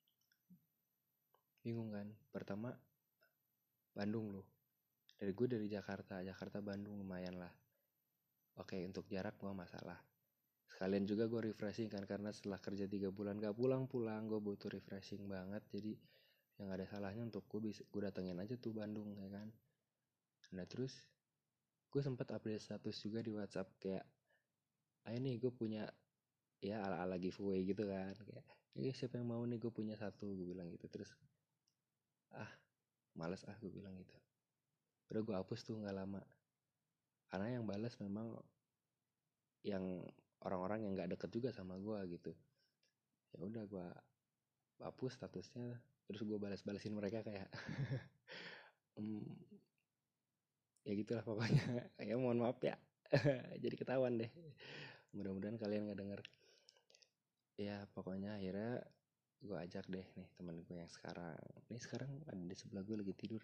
bingung kan, pertama Bandung loh, dari gue dari Jakarta Jakarta Bandung lumayan lah, oke untuk jarak gue masalah. Sekalian juga gue refreshing kan, karena setelah kerja tiga bulan gak pulang-pulang, gue butuh refreshing banget. Jadi yang ada salahnya untuk gue bisa gue datengin aja tuh Bandung ya kan. Nah terus gue sempet update status juga di WhatsApp kayak, ayo nih gue punya, ya ala-ala giveaway gitu kan, kayak eh siapa yang mau nih, gue punya satu, gue bilang gitu. Terus ah males ah, gue bilang gitu. Udah gue hapus tuh nggak lama, karena yang balas memang yang orang-orang yang nggak deket juga sama gue gitu. Ya udah gue hapus statusnya. Terus gue balas-balasin mereka kayak hmm, ya gitulah pokoknya. Ya mohon maaf ya. Jadi ketahuan deh, mudah-mudahan kalian nggak denger. Ya pokoknya akhirnya gue ajak deh nih temen gue yang sekarang. Ini sekarang ada di sebelah gue lagi tidur.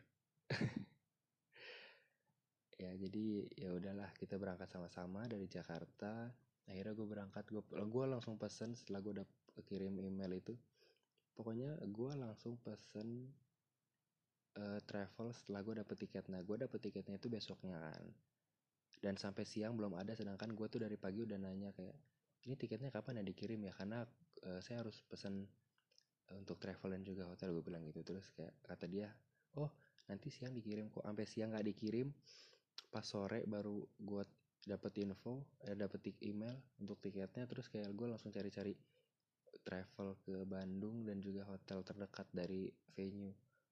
Ya jadi ya udahlah, kita berangkat sama-sama dari Jakarta. Akhirnya gue berangkat, gue gue langsung pesen setelah gue udah kirim email itu. Pokoknya gue langsung pesen uh, travel setelah gue dapet tiket. Nah gue dapet tiketnya itu besoknya kan, dan sampai siang belum ada. Sedangkan gue tuh dari pagi udah nanya kayak, ini tiketnya kapan ya dikirim ya, karena uh, saya harus pesen uh, untuk travel dan juga hotel, gue bilang gitu. Terus kayak kata dia, oh nanti siang dikirim kok. Sampai siang nggak dikirim, pas sore baru gue dapet info, eh, dapet email untuk tiketnya. Terus kayak gue langsung cari-cari travel ke Bandung dan juga hotel terdekat dari venue.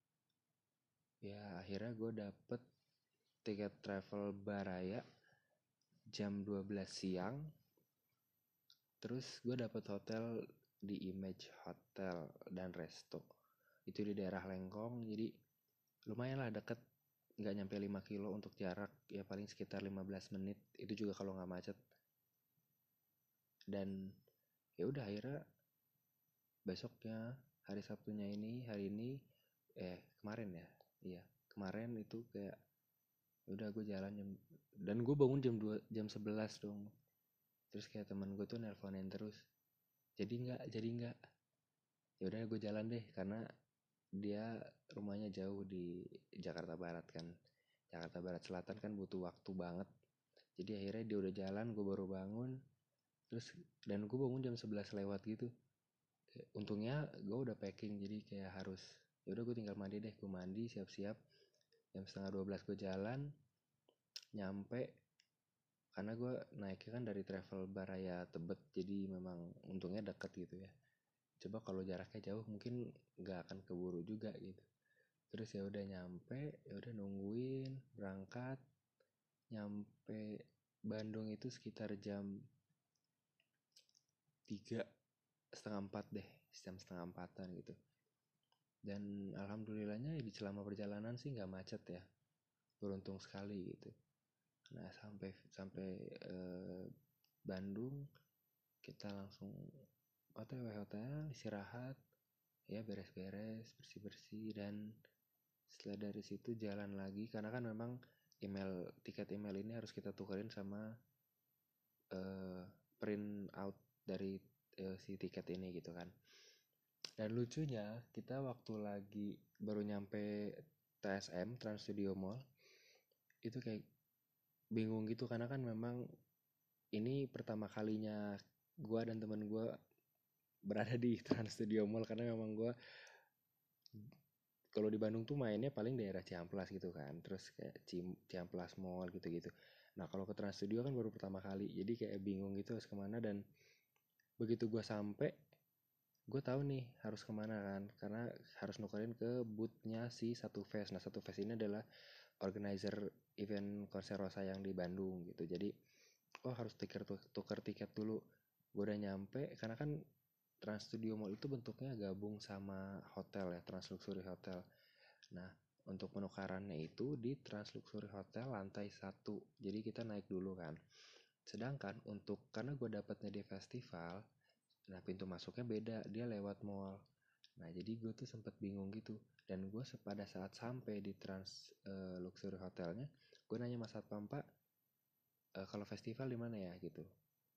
Ya akhirnya gue dapet tiket travel Baraya jam dua belas siang. Terus gue dapet hotel di Image Hotel dan Resto, itu di daerah Lengkong. Jadi lumayan lah deket, nggak nyampe lima kilo untuk jarak, ya paling sekitar lima belas menit, itu juga kalau nggak macet. Dan ya udah akhirnya besoknya, hari Sabtunya ini, hari ini eh kemarin ya, iya kemarin itu kayak udah gue jalan jam, dan gue bangun jam dua jam sebelas dong. Terus kayak teman gue tuh nelponin terus, jadi nggak jadi nggak, ya udah gue jalan deh, karena dia rumahnya jauh di Jakarta Barat kan. Jakarta Barat Selatan kan butuh waktu banget. Jadi akhirnya dia udah jalan, gue baru bangun. Terus dan gue bangun jam sebelas lewat gitu. Kayak, untungnya gue udah packing, jadi kayak harus, ya udah gue tinggal mandi deh. Gue mandi siap-siap, jam setengah dua belas gue jalan, nyampe. Karena gue naiknya kan dari travel Baraya Tebet, jadi memang untungnya deket gitu ya. Coba kalau jaraknya jauh mungkin nggak akan keburu juga gitu. Terus ya udah nyampe, ya udah nungguin berangkat. Nyampe Bandung itu sekitar jam tiga setengah empat deh, jam setengah empatan gitu. Dan alhamdulillahnya di selama perjalanan sih nggak macet ya, beruntung sekali gitu. Nah sampai sampai eh, Bandung kita langsung O T W hotel, istirahat, ya beres-beres, bersih-bersih, dan setelah dari situ jalan lagi karena kan memang email tiket email ini harus kita tukerin sama uh, print out dari uh, si tiket ini gitu kan. Dan lucunya kita waktu lagi baru nyampe T S M, Trans Studio Mall, itu kayak bingung gitu karena kan memang ini pertama kalinya gue dan temen gue berada di Trans Studio Mall karena memang gue kalau di Bandung tuh mainnya paling daerah Ciamplas gitu kan, terus kayak Cim, Ciamplas Mall gitu-gitu. Nah kalau ke Trans Studio kan baru pertama kali, jadi kayak bingung gitu harus kemana. Dan begitu gue sampai, gue tahu nih harus kemana kan, karena harus nukerin ke bootnya si Satu Fest. Nah Satu Fest ini adalah organizer event konser Rosa yang di Bandung gitu. Jadi oh harus tuker tuker tiket dulu. Gue udah nyampe karena kan Trans Studio Mall itu bentuknya gabung sama hotel ya, Trans Luxury Hotel. Nah, untuk penukarannya itu di Trans Luxury Hotel lantai satu. Jadi kita naik dulu kan. Sedangkan untuk karena gue dapatnya di festival, nah pintu masuknya beda, dia lewat mall. Nah jadi gue tuh sempet bingung gitu. Dan gue pada saat sampai di Trans uh, Luxury Hotelnya, gue nanya mas satpam, Pak, uh, kalau festival di mana ya gitu.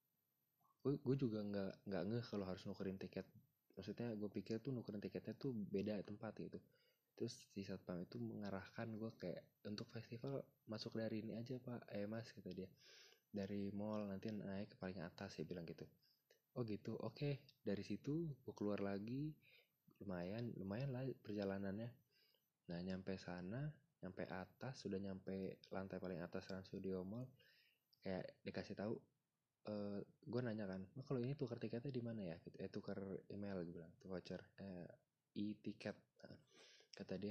Gue juga nggak nggak ngeh kalau harus nukerin tiket. Maksudnya gue pikir tuh nukerin tiketnya tuh beda tempat gitu. Terus si satpam itu mengarahkan gue kayak untuk festival masuk dari ini aja pak, eh mas kata dia, dari mall nanti naik ke paling atas ya bilang gitu. Oh gitu, oke. Dari situ gue keluar lagi, lumayan lumayan lah perjalanannya. Nah nyampe sana, nyampe atas, sudah nyampe lantai paling atas Trans Studio Mall, kayak dikasih tahu, uh, gue nanya kan, oh, kalau ini tukar tiketnya di mana ya? Eh tukar email gue bilang, tuh voucher, eh, e-tiket. Nah, kata dia,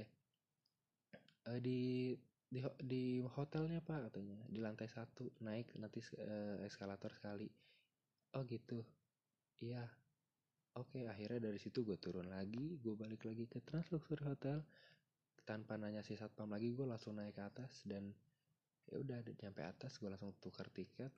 e, di di di hotelnya pak katanya, di lantai satu, naik nanti uh, eskalator sekali. Oh gitu, iya. Oke, akhirnya dari situ gue turun lagi, gue balik lagi ke Trans Luxury Hotel tanpa nanya si satpam lagi, gue langsung naik ke atas. Dan ya udah nyampe atas gue langsung tukar tiket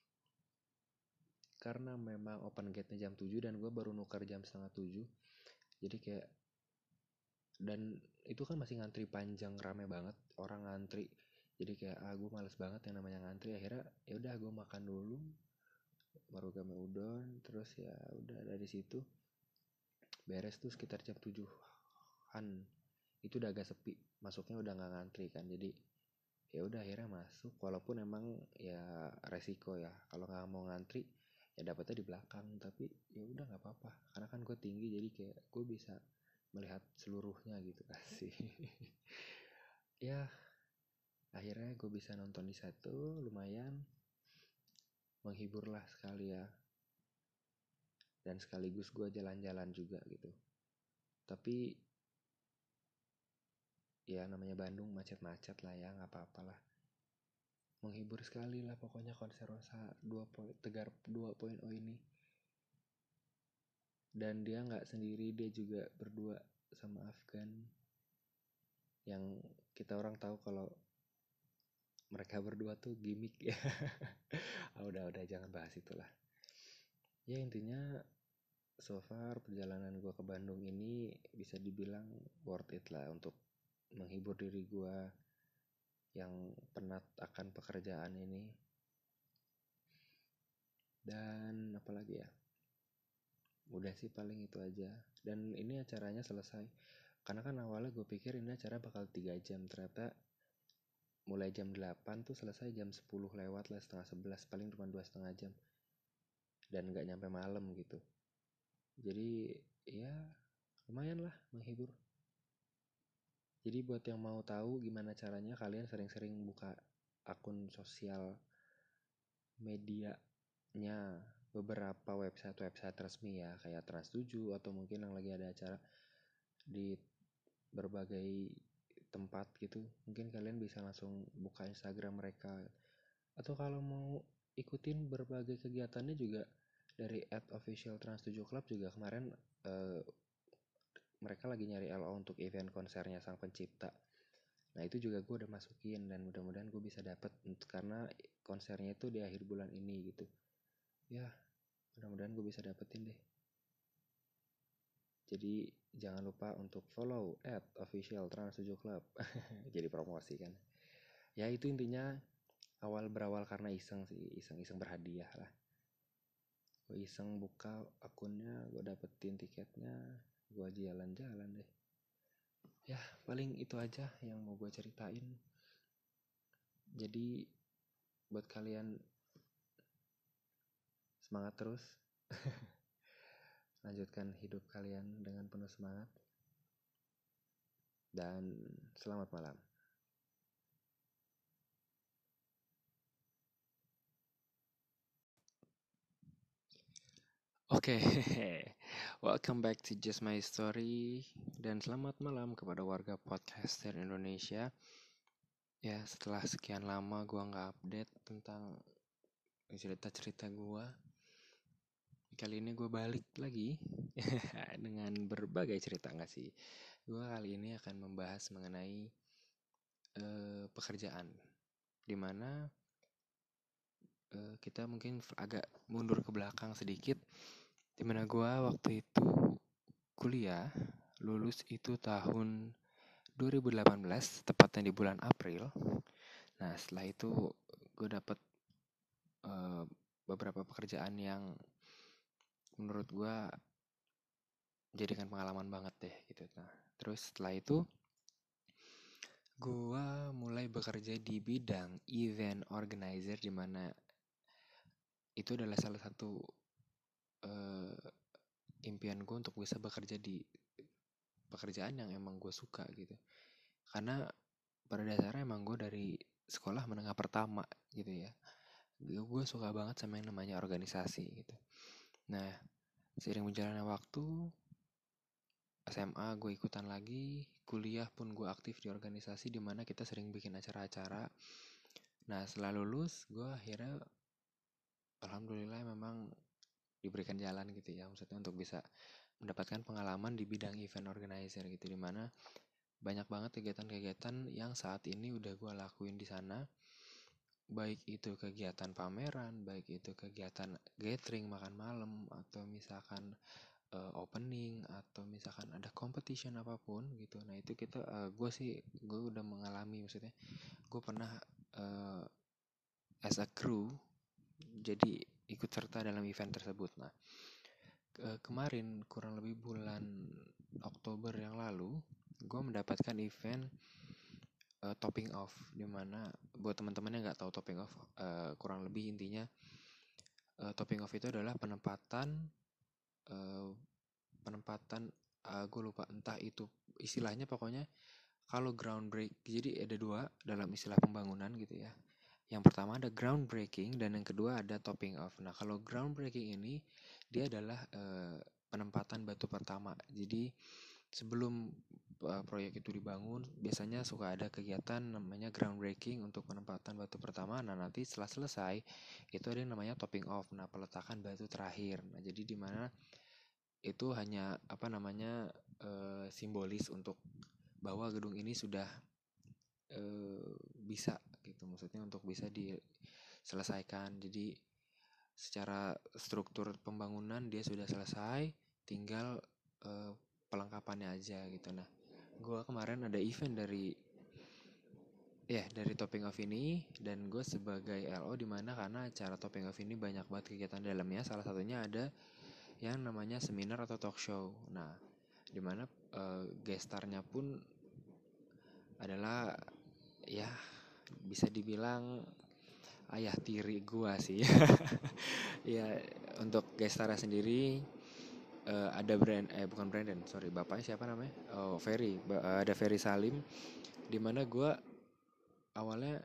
karena memang open gate-nya jam tujuh dan gue baru nukar jam setengah tujuh. Jadi kayak, dan itu kan masih ngantri panjang, rame banget orang ngantri. Jadi kayak ah gue males banget yang namanya ngantri. Akhirnya ya udah gue makan dulu marugame udon, terus ya udah dari situ beres tuh sekitar jam tujuhan. Itu udah agak sepi, masuknya udah nggak ngantri kan. Jadi ya udah akhirnya masuk, walaupun emang ya resiko ya kalau nggak mau ngantri ya dapetnya di belakang, tapi ya udah nggak apa-apa karena kan gue tinggi jadi kayak gue bisa melihat seluruhnya gitu sih. Ya akhirnya gue bisa nonton di satu, lumayan menghibur lah sekali ya, dan sekaligus gue jalan-jalan juga gitu. Tapi ya namanya Bandung macet-macet lah ya, nggak apa-apa lah, menghibur sekali lah pokoknya konser Rosa dua Tegar dua titik nol ini. Dan dia nggak sendiri, dia juga berdua sama Afgan, yang kita orang tahu kalau mereka berdua tuh gimmick ya. ah, udah udah jangan bahas itulah. Ya intinya so far perjalanan gue ke Bandung ini bisa dibilang worth it lah untuk menghibur diri gue yang penat akan pekerjaan ini. Dan apalagi ya, udah sih paling itu aja. Dan ini acaranya selesai karena kan awalnya gue pikir ini acara bakal tiga jam, ternyata mulai jam delapan tuh selesai jam sepuluh lewat lah, setengah sebelas, paling cuma dua setengah jam dan gak nyampe malam gitu. Jadi ya lumayan lah menghibur. Jadi buat yang mau tahu gimana caranya, kalian sering-sering buka akun sosial medianya beberapa website-website resmi ya, kayak Trans tujuh atau mungkin yang lagi ada acara di berbagai tempat gitu. Mungkin kalian bisa langsung buka Instagram mereka. Atau kalau mau ikutin berbagai kegiatannya juga dari at official Trans tujuh Club juga kemarin eh, mereka lagi nyari L O untuk event konsernya Sang Pencipta. Nah itu juga gue udah masukin, dan mudah-mudahan gue bisa dapet karena konsernya itu di akhir bulan ini gitu. Ya mudah-mudahan gue bisa dapetin deh. Jadi jangan lupa untuk follow at official Trans tujuh Club. Jadi promosi kan. Ya itu intinya, awal berawal karena iseng sih, iseng-iseng berhadiah lah. Gue iseng buka akunnya, gue dapetin tiketnya, gue jalan-jalan deh. Ya paling itu aja yang mau gue ceritain. Jadi buat kalian semangat terus. Lanjutkan hidup kalian dengan penuh semangat. Dan selamat malam. Oke, okay. Welcome back to Just My Story. Dan selamat malam kepada warga podcaster Indonesia. Ya setelah sekian lama gue gak update tentang cerita-cerita gue, kali ini gue balik lagi dengan berbagai cerita. Gak sih, gue kali ini akan membahas mengenai uh, pekerjaan, dimana uh, kita mungkin agak mundur ke belakang sedikit. Dimana gue waktu itu kuliah, lulus itu tahun dua ribu delapan belas, tepatnya di bulan April. Nah setelah itu gue dapet uh, beberapa pekerjaan yang menurut gue jadikan pengalaman banget deh gitu. Nah terus setelah itu gue mulai bekerja di bidang event organizer, dimana itu adalah salah satu uh, impian gue untuk bisa bekerja di pekerjaan yang emang gue suka gitu. Karena pada dasarnya emang gue dari sekolah menengah pertama gitu ya, gue suka banget sama yang namanya organisasi gitu. Nah seiring berjalannya waktu, S M A gue ikutan lagi, kuliah pun gue aktif di organisasi, dimana kita sering bikin acara-acara. Nah setelah lulus gue akhirnya alhamdulillah memang diberikan jalan gitu ya, maksudnya untuk bisa mendapatkan pengalaman di bidang event organizer gitu, dimana banyak banget kegiatan-kegiatan yang saat ini udah gue lakuin di sana. Baik itu kegiatan pameran, baik itu kegiatan gathering makan malam, atau misalkan uh, opening, atau misalkan ada competition apapun gitu. Nah itu kita, uh, gue sih gue udah mengalami, maksudnya gue pernah uh, as a crew, jadi ikut serta dalam event tersebut. Nah ke- kemarin kurang lebih bulan Oktober yang lalu, gue mendapatkan event uh, topping off, dimana buat teman-teman yang nggak tahu topping off, uh, kurang lebih intinya uh, topping off itu adalah penempatan uh, penempatan uh, gue lupa entah itu istilahnya, pokoknya kalau ground break, jadi ada dua dalam istilah pembangunan gitu ya. Yang pertama ada ground breaking, dan yang kedua ada topping off. Nah kalau ground breaking ini dia adalah uh, penempatan batu pertama. Jadi sebelum uh, proyek itu dibangun, biasanya suka ada kegiatan namanya ground breaking untuk penempatan batu pertama. Nah nanti setelah selesai itu ada yang namanya topping off. Nah peletakan batu terakhir. Nah jadi dimana itu hanya apa namanya uh, simbolis untuk bahwa gedung ini sudah uh, bisa gitu, maksudnya untuk bisa diselesaikan. Jadi secara struktur pembangunan dia sudah selesai, tinggal uh, pelengkapannya aja gitu. Nah gue kemarin ada event dari ya yeah, dari topping off ini, dan gue sebagai L O, dimana karena acara topping off ini banyak banget kegiatan dalamnya. Salah satunya ada yang namanya seminar atau talk show. Nah dimana uh, gestarnya pun adalah ya bisa dibilang ayah tiri gua sih. Ya untuk gestarnya sendiri uh, ada brand eh bukan Brandon, sorry, bapaknya siapa namanya? Oh Ferry, uh, ada Ferry Salim, dimana gua awalnya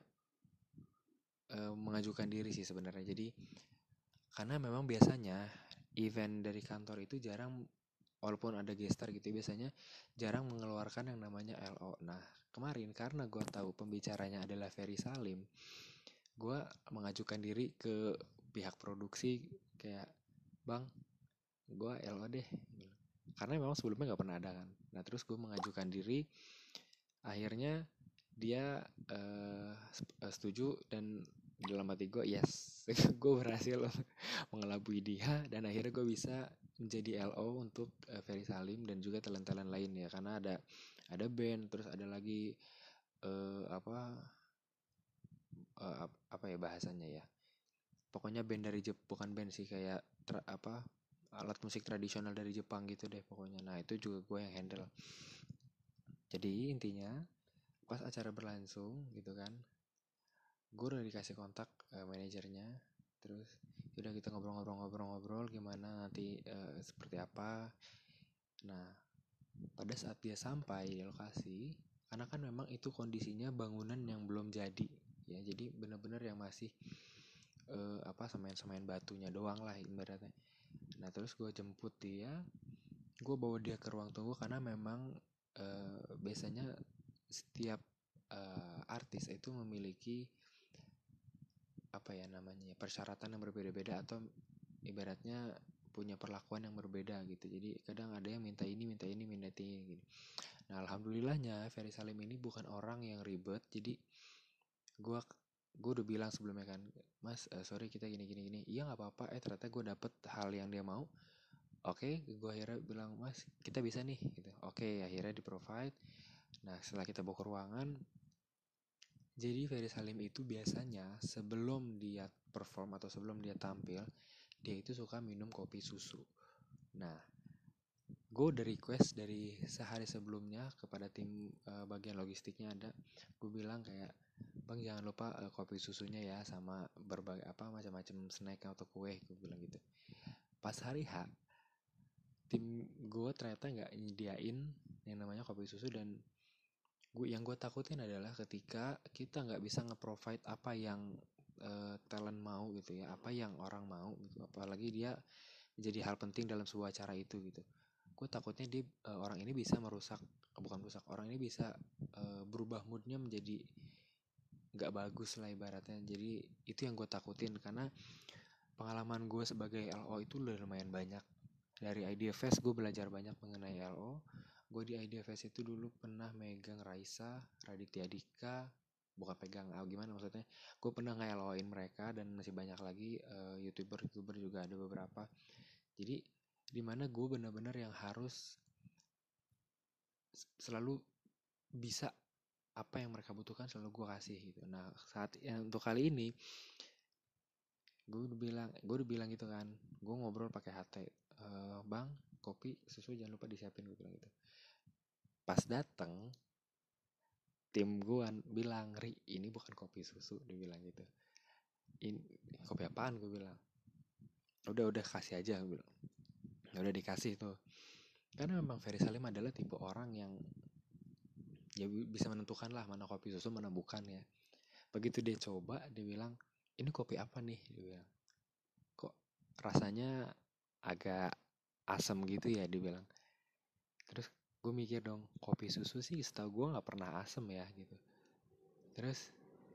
uh, mengajukan diri sih sebenarnya. Jadi karena memang biasanya event dari kantor itu jarang, walaupun ada gestar gitu, biasanya jarang mengeluarkan yang namanya L O. Nah kemarin karena gue tahu pembicaranya adalah Ferry Salim, gue mengajukan diri ke pihak produksi, kayak bang gue L O deh, karena memang sebelumnya nggak pernah ada kan. Nah terus gue mengajukan diri, akhirnya dia uh, setuju dan dalam hati gue yes gue berhasil mengelabui dia dan akhirnya gue bisa menjadi L O untuk uh, Ferry Salim dan juga talent-talent lain ya, karena ada ada band, terus ada lagi uh, apa uh, apa ya bahasanya ya, pokoknya band dari Jepang, bukan band sih, kayak tra, apa alat musik tradisional dari Jepang gitu deh pokoknya. Nah itu juga gue yang handle. Jadi intinya pas acara berlangsung gitu kan, gue udah dikasih kontak uh, manajernya, terus udah kita ngobrol-ngobrol-ngobrol-ngobrol gimana nanti uh, seperti apa. Nah pada saat dia sampai di lokasi, karena kan memang itu kondisinya bangunan yang belum jadi ya, jadi bener-bener yang masih uh, apa semain-semain batunya doang lah ibaratnya. Nah terus gue jemput dia, gue bawa dia ke ruang tunggu karena memang uh, biasanya setiap uh, artis itu memiliki apa ya namanya persyaratan yang berbeda-beda atau ibaratnya punya perlakuan yang berbeda gitu. Jadi kadang ada yang minta ini, minta ini, minta ini gitu. Nah alhamdulillahnya Ferry Salim ini bukan orang yang ribet. Jadi gue gue udah bilang sebelumnya kan, mas uh, sorry kita gini gini gini, iya nggak apa-apa. Eh ternyata gue dapet hal yang dia mau. Oke, okay, gue akhirnya bilang mas kita bisa nih gitu. Oke, okay, akhirnya di provide. Nah setelah kita bawa ke ruangan, jadi Ferry Salim itu biasanya sebelum dia perform atau sebelum dia tampil, dia itu suka minum kopi susu. Nah, gue udah request dari sehari sebelumnya kepada tim uh, bagian logistiknya ada, gue bilang kayak, bang jangan lupa uh, kopi susunya ya sama berbagai apa macam-macam snack atau kue, gue bilang gitu. Pas hari H, tim gue ternyata nggak nyediain yang namanya kopi susu, dan gue yang gue takutin adalah ketika kita nggak bisa nge-provide apa yang uh, talent mau gitu ya, apa yang orang mau gitu, apalagi dia menjadi hal penting dalam sebuah acara itu gitu. Gue takutnya dia uh, orang ini bisa merusak, bukan merusak, orang ini bisa uh, berubah moodnya menjadi nggak bagus lah ibaratnya. Jadi itu yang gue takutin, karena pengalaman gue sebagai L O itu udah lumayan banyak. Dari Idea Fest gue belajar banyak mengenai L O. Gue di Idea Fest itu dulu pernah megang Raisa, Raditya Dika, bukan pegang, ah, gimana maksudnya, gue pernah nge-L O-in mereka, dan masih banyak lagi uh, youtuber-youtuber juga ada beberapa. Jadi dimana gue benar-benar yang harus selalu bisa apa yang mereka butuhkan selalu gue kasih gitu. Nah saat ya, untuk kali ini gue udah bilang gue udah bilang gitu kan, gue ngobrol pakai H T, e, bang kopi susu jangan lupa disiapin, gue bilang gitu. Pas dateng tim gue bilang, Ri ini bukan kopi susu, dia bilang gitu. Ini kopi apaan, gue bilang. Udah udah kasih aja, gue bilang. Ya udah dikasih tuh. Karena memang Ferry Salim adalah tipe orang yang ya bisa menentukan lah mana kopi susu mana bukan ya. Begitu dia coba, dia bilang ini kopi apa nih, dia bilang kok rasanya agak asam gitu ya, dia bilang. Terus gue mikir dong, kopi susu sih setahu gue nggak pernah asam ya gitu. Terus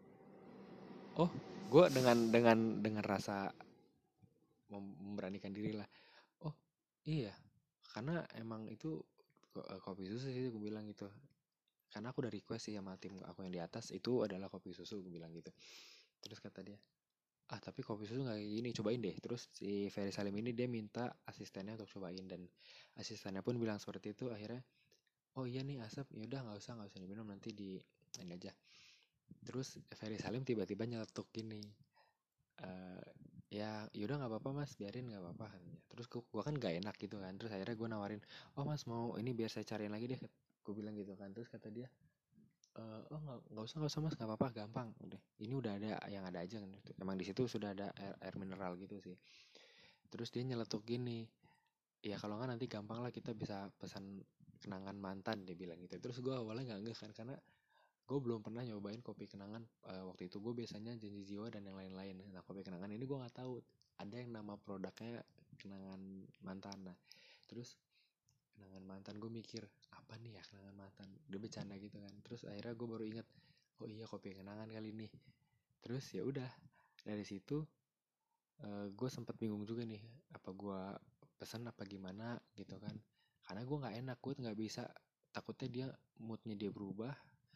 oh gue dengan dengan dengan rasa memberanikan diri lah, oh iya karena emang itu kopi susu sih, gue bilang gitu. Karena aku udah request sih sama tim aku yang di atas, itu adalah kopi susu, gue bilang gitu. Terus kata dia, ah tapi kopi susu gak kayak gini, cobain deh. Terus si Ferry Salim ini dia minta asistennya untuk cobain, dan asistennya pun bilang seperti itu. Akhirnya oh iya nih asap, yaudah nggak usah nggak usah diminum, nanti di ini aja. Terus Ferry Salim tiba-tiba nyeletuk gini, uh, ya yaudah nggak apa-apa mas, biarin nggak apa-apa katanya. Terus gua, gua kan gak enak gitu kan. Terus akhirnya gue nawarin, oh mas mau ini biar saya cariin lagi deh, gue bilang gitu kan. Terus kata dia, Uh, oh nggak nggak usah nggak usah mas, nggak apa-apa, gampang udah, ini udah ada yang ada aja kan. Emang di situ sudah ada air, air mineral gitu sih. Terus dia nyeletuk gini, ya kalau nggak nanti gampang lah kita bisa pesan kenangan mantan, dia bilang gitu. Terus gue awalnya nggak nggak kan, karena gue belum pernah nyobain kopi kenangan. Uh, waktu itu gue biasanya Janji Jiwa dan yang lain-lain. Nah kopi kenangan ini gue nggak tahu ada yang nama produknya kenangan mantan. Nah terus kenangan mantan, gue mikir apa nih ya kenangan mantan, dia bercanda gitu kan. Terus akhirnya gue baru ingat, oh iya kopi kenangan kali ini. Terus ya udah dari situ uh, gue sempat bingung juga nih, apa gue pesan apa gimana gitu kan, karena gue nggak enak, gue nggak bisa, takutnya dia moodnya dia berubah,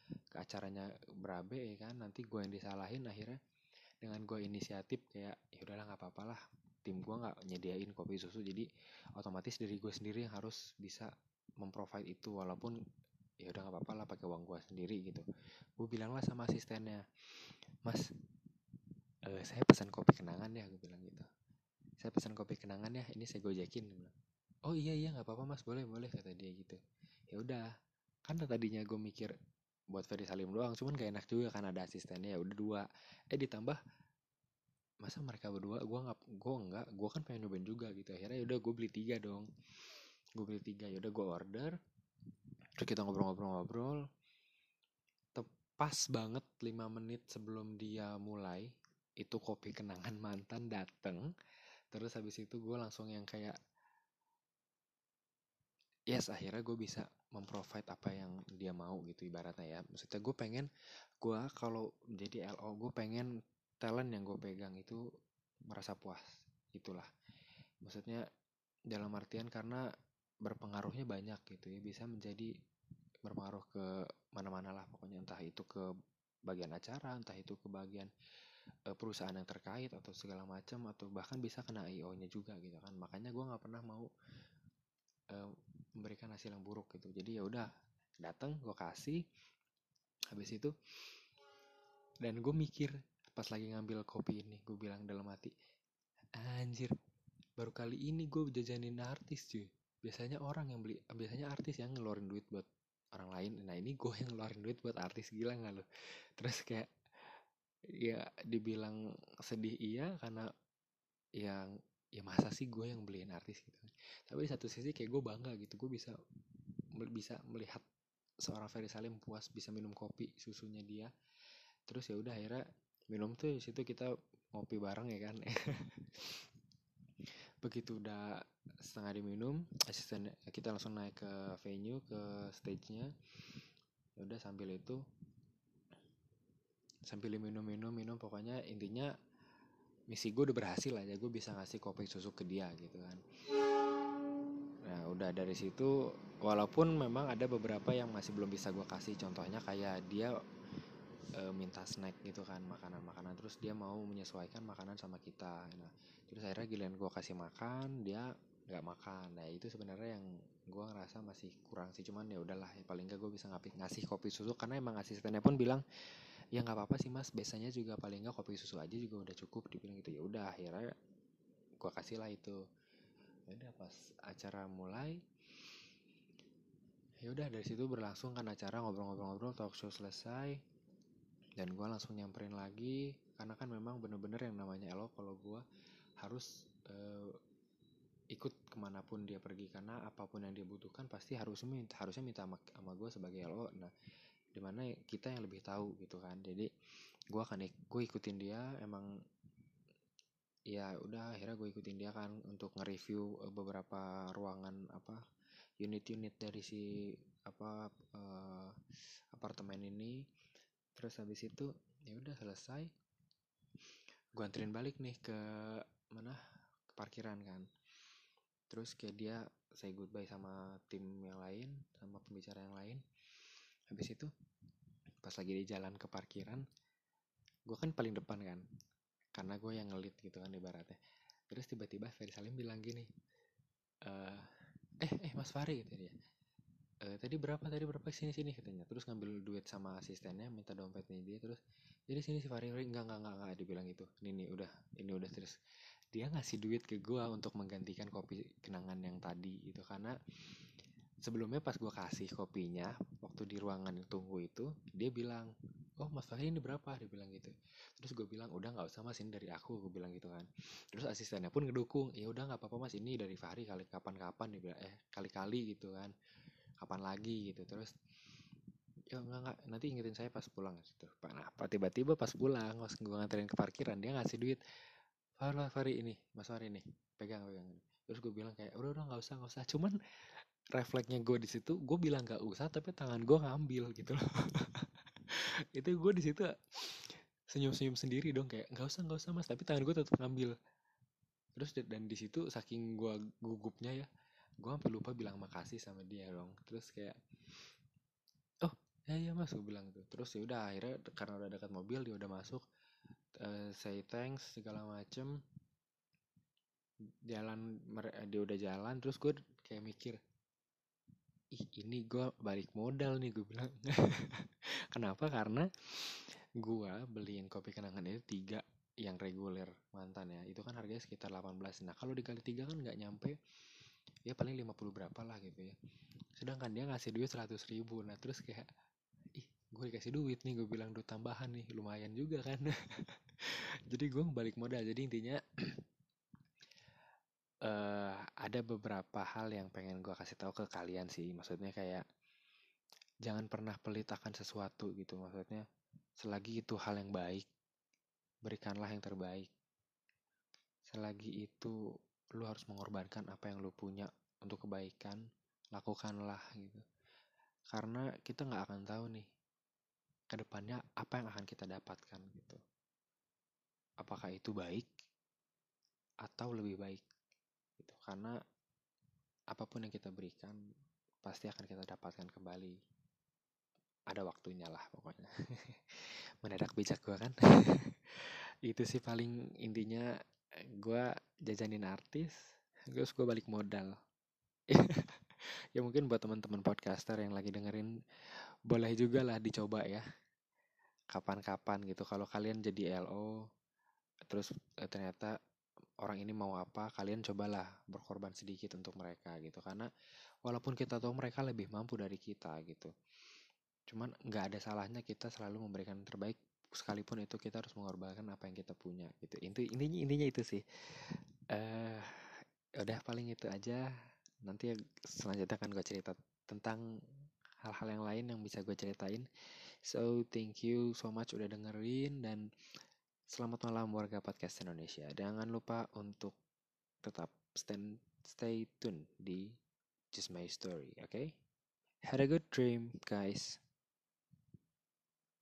ke acaranya berabe ya kan, nanti gue yang disalahin. Akhirnya dengan gue inisiatif kayak ya udahlah nggak apa-apa lah, tim gue nggak nyediain kopi susu, jadi otomatis dari gue sendiri yang harus bisa memprovide itu, walaupun ya udah nggak apa-apa lah pakai uang gue sendiri gitu. Gue bilang lah sama asistennya, mas eh, saya pesan kopi kenangan ya, gue bilang gitu, saya pesan kopi kenangan ya, ini saya gojekin. Dia bilang, oh iya iya nggak apa-apa mas, boleh boleh, kata dia gitu. Ya udah, kan tadinya gue mikir buat Ferry Salim doang, cuman gak enak juga kan ada asistennya, ya udah dua. Eh ditambah masa mereka berdua, gue nggak, gue enggak, gue kan pengen nyobain juga gitu. Akhirnya yaudah gue beli tiga dong, gue beli tiga, yaudah gue order, terus kita ngobrol-ngobrol-ngobrol. Pas banget lima menit sebelum dia mulai, itu kopi kenangan mantan dateng. Terus habis itu gue langsung yang kayak yes, akhirnya gue bisa memprovide apa yang dia mau gitu ibaratnya ya. Maksudnya gue pengen, gue kalau jadi L O gue pengen talent yang gue pegang itu merasa puas, itulah. Maksudnya dalam artian karena berpengaruhnya banyak gitu ya, bisa menjadi berpengaruh ke mana-mana lah pokoknya, entah itu ke bagian acara, entah itu ke bagian eh, perusahaan yang terkait atau segala macam, atau bahkan bisa kena I O-nya juga gitu kan. Makanya gue nggak pernah mau eh, memberikan hasil yang buruk gitu. Jadi ya udah, datang gue kasih, habis itu dan gue mikir pas lagi ngambil kopi ini, gue bilang dalam hati, anjir, baru kali ini gue jajanin artis cuy. Biasanya orang yang beli, biasanya artis yang ngeluarin duit buat orang lain. Nah ini gue yang ngeluarin duit buat artis, gila nggak lo? Terus kayak ya dibilang sedih iya, karena yang ya masa sih gue yang beliin artis gitu kan. Tapi di satu sisi kayak gue bangga gitu, gue bisa bisa melihat seorang Ferry Salim puas bisa minum kopi susunya dia. Terus ya udah akhirnya minum tuh di situ, kita ngopi bareng ya kan. Begitu udah setengah diminum, asisten kita langsung naik ke venue, ke stage-nya. Ya udah sambil itu sambil minum-minum minum pokoknya intinya misi gue udah berhasil aja, gue bisa ngasih kopi susu ke dia gitu kan. Nah udah dari situ, walaupun memang ada beberapa yang masih belum bisa gue kasih, contohnya kayak dia e, minta snack gitu kan, makanan-makanan, terus dia mau menyesuaikan makanan sama kita. Nah terus akhirnya giliran gue kasih makan, dia nggak makan. Nah itu sebenarnya yang gue ngerasa masih kurang sih, cuman ya udahlah, ya paling nggak gue bisa ngasih kopi susu, karena emang asistennya pun bilang ya nggak apa-apa sih mas, biasanya juga paling nggak kopi susu aja juga udah cukup, dibilang gitu. Ya udah akhirnya gue kasih lah itu. Ya udah pas acara mulai, ya udah dari situ berlangsung kan acara, ngobrol-ngobrol-ngobrol, talk show selesai, dan gue langsung nyamperin lagi, karena kan memang bener-bener yang namanya L O, kalau gue harus uh, ikut kemanapun dia pergi, karena apapun yang dia butuhkan pasti harus minta, harusnya minta sama, sama gue sebagai L O. Nah dimana kita yang lebih tahu gitu kan, jadi gue akan gue ikutin dia. Emang ya udah akhirnya gue ikutin dia kan untuk nge-review uh, beberapa ruangan apa unit-unit dari si apa uh, apartemen ini. Terus habis itu ya udah selesai, gue anterin balik nih ke mana, ke parkiran kan. Terus kayak dia say goodbye sama tim yang lain, sama pembicara yang lain. Habis itu pas lagi di jalan ke parkiran, gue kan paling depan kan, karena gue yang ngelit gitu kan ibaratnya. Terus tiba-tiba Ferry Salim bilang gini, eh eh eh Mas Fahri gitu dia, e, tadi berapa tadi berapa sini sini katanya. Terus ngambil duit sama asistennya, minta dompetnya dia. Terus jadi sini si Fahri, enggak enggak enggak enggak, dibilang gitu. Ini nih udah, ini udah. Terus dia ngasih duit ke gue untuk menggantikan kopi kenangan yang tadi gitu, karena sebelumnya pas gue kasih kopinya waktu di ruangan tunggu itu, dia bilang, oh Mas Fahri ini berapa, dia bilang gitu. Terus gue bilang udah nggak usah mas, ini dari aku, gue bilang gitu kan. Terus asistennya pun ngedukung, ya udah nggak apa-apa mas, ini dari Fahri, kali kapan-kapan, dia bilang eh kali-kali gitu kan, kapan lagi gitu. Terus ya enggak enggak, nanti ingetin saya pas pulang gitu. Nah tiba-tiba pas pulang, pas gue nganterin ke parkiran, dia ngasih duit, Fahri, Fahri ini Mas Fahri nih, pegang pegang. Terus gue bilang kayak udah udah nggak usah nggak usah, cuman refleksnya gue di situ, gue bilang nggak usah tapi tangan gue ngambil gitu loh. Itu gue di situ senyum-senyum sendiri dong, kayak nggak usah nggak usah mas, tapi tangan gue tetap ngambil. Terus dan di situ saking gue gugupnya ya, gue sampai lupa bilang makasih sama dia dong. Terus kayak oh ya iya mas gue bilang tuh. Terus ya udah akhirnya karena udah dekat mobil dia udah masuk, eh, say thanks segala macem, jalan mere- dia udah jalan terus gue kayak mikir, ih ini gue balik modal nih gue bilang. Kenapa? Karena gue beliin kopi kenangan itu tiga yang reguler mantan ya, itu kan harganya sekitar delapan belas. Nah kalau dikali tiga kan nggak nyampe, ya paling lima puluh berapa lah gitu ya. Sedangkan dia ngasih duit seratus ribu. Nah terus kayak, ih gue dikasih duit nih, gue bilang duit tambahan nih, lumayan juga kan. Jadi gue balik modal. Jadi intinya eh ada beberapa hal yang pengen gue kasih tahu ke kalian sih. Maksudnya kayak jangan pernah pelit akan sesuatu gitu. Maksudnya selagi itu hal yang baik, berikanlah yang terbaik. Selagi itu lu harus mengorbankan apa yang lu punya untuk kebaikan, lakukanlah gitu. Karena kita nggak akan tahu nih kedepannya apa yang akan kita dapatkan gitu. Apakah itu baik atau lebih baik gitu. Karena apapun yang kita berikan pasti akan kita dapatkan kembali. Ada waktunya lah pokoknya. Mendadak bijak gue kan. Itu sih paling intinya, gue jajanin artis, terus gue balik modal. Ya mungkin buat teman-teman podcaster yang lagi dengerin, boleh juga lah dicoba ya. Kapan-kapan gitu. Kalau kalian jadi L O, terus eh, ternyata orang ini mau apa, kalian cobalah berkorban sedikit untuk mereka gitu. Karena walaupun kita tahu mereka lebih mampu dari kita gitu, cuman nggak ada salahnya kita selalu memberikan yang terbaik, sekalipun itu kita harus mengorbankan apa yang kita punya gitu. Inti intinya intinya itu sih. Eh udah paling itu aja. Nanti selanjutnya akan gue cerita tentang hal-hal yang lain yang bisa gue ceritain. So thank you so much udah dengerin, dan selamat malam warga podcast Indonesia. Jangan lupa untuk tetap stand, stay tune di Just My Story, oke? Okay? Had a good dream, guys.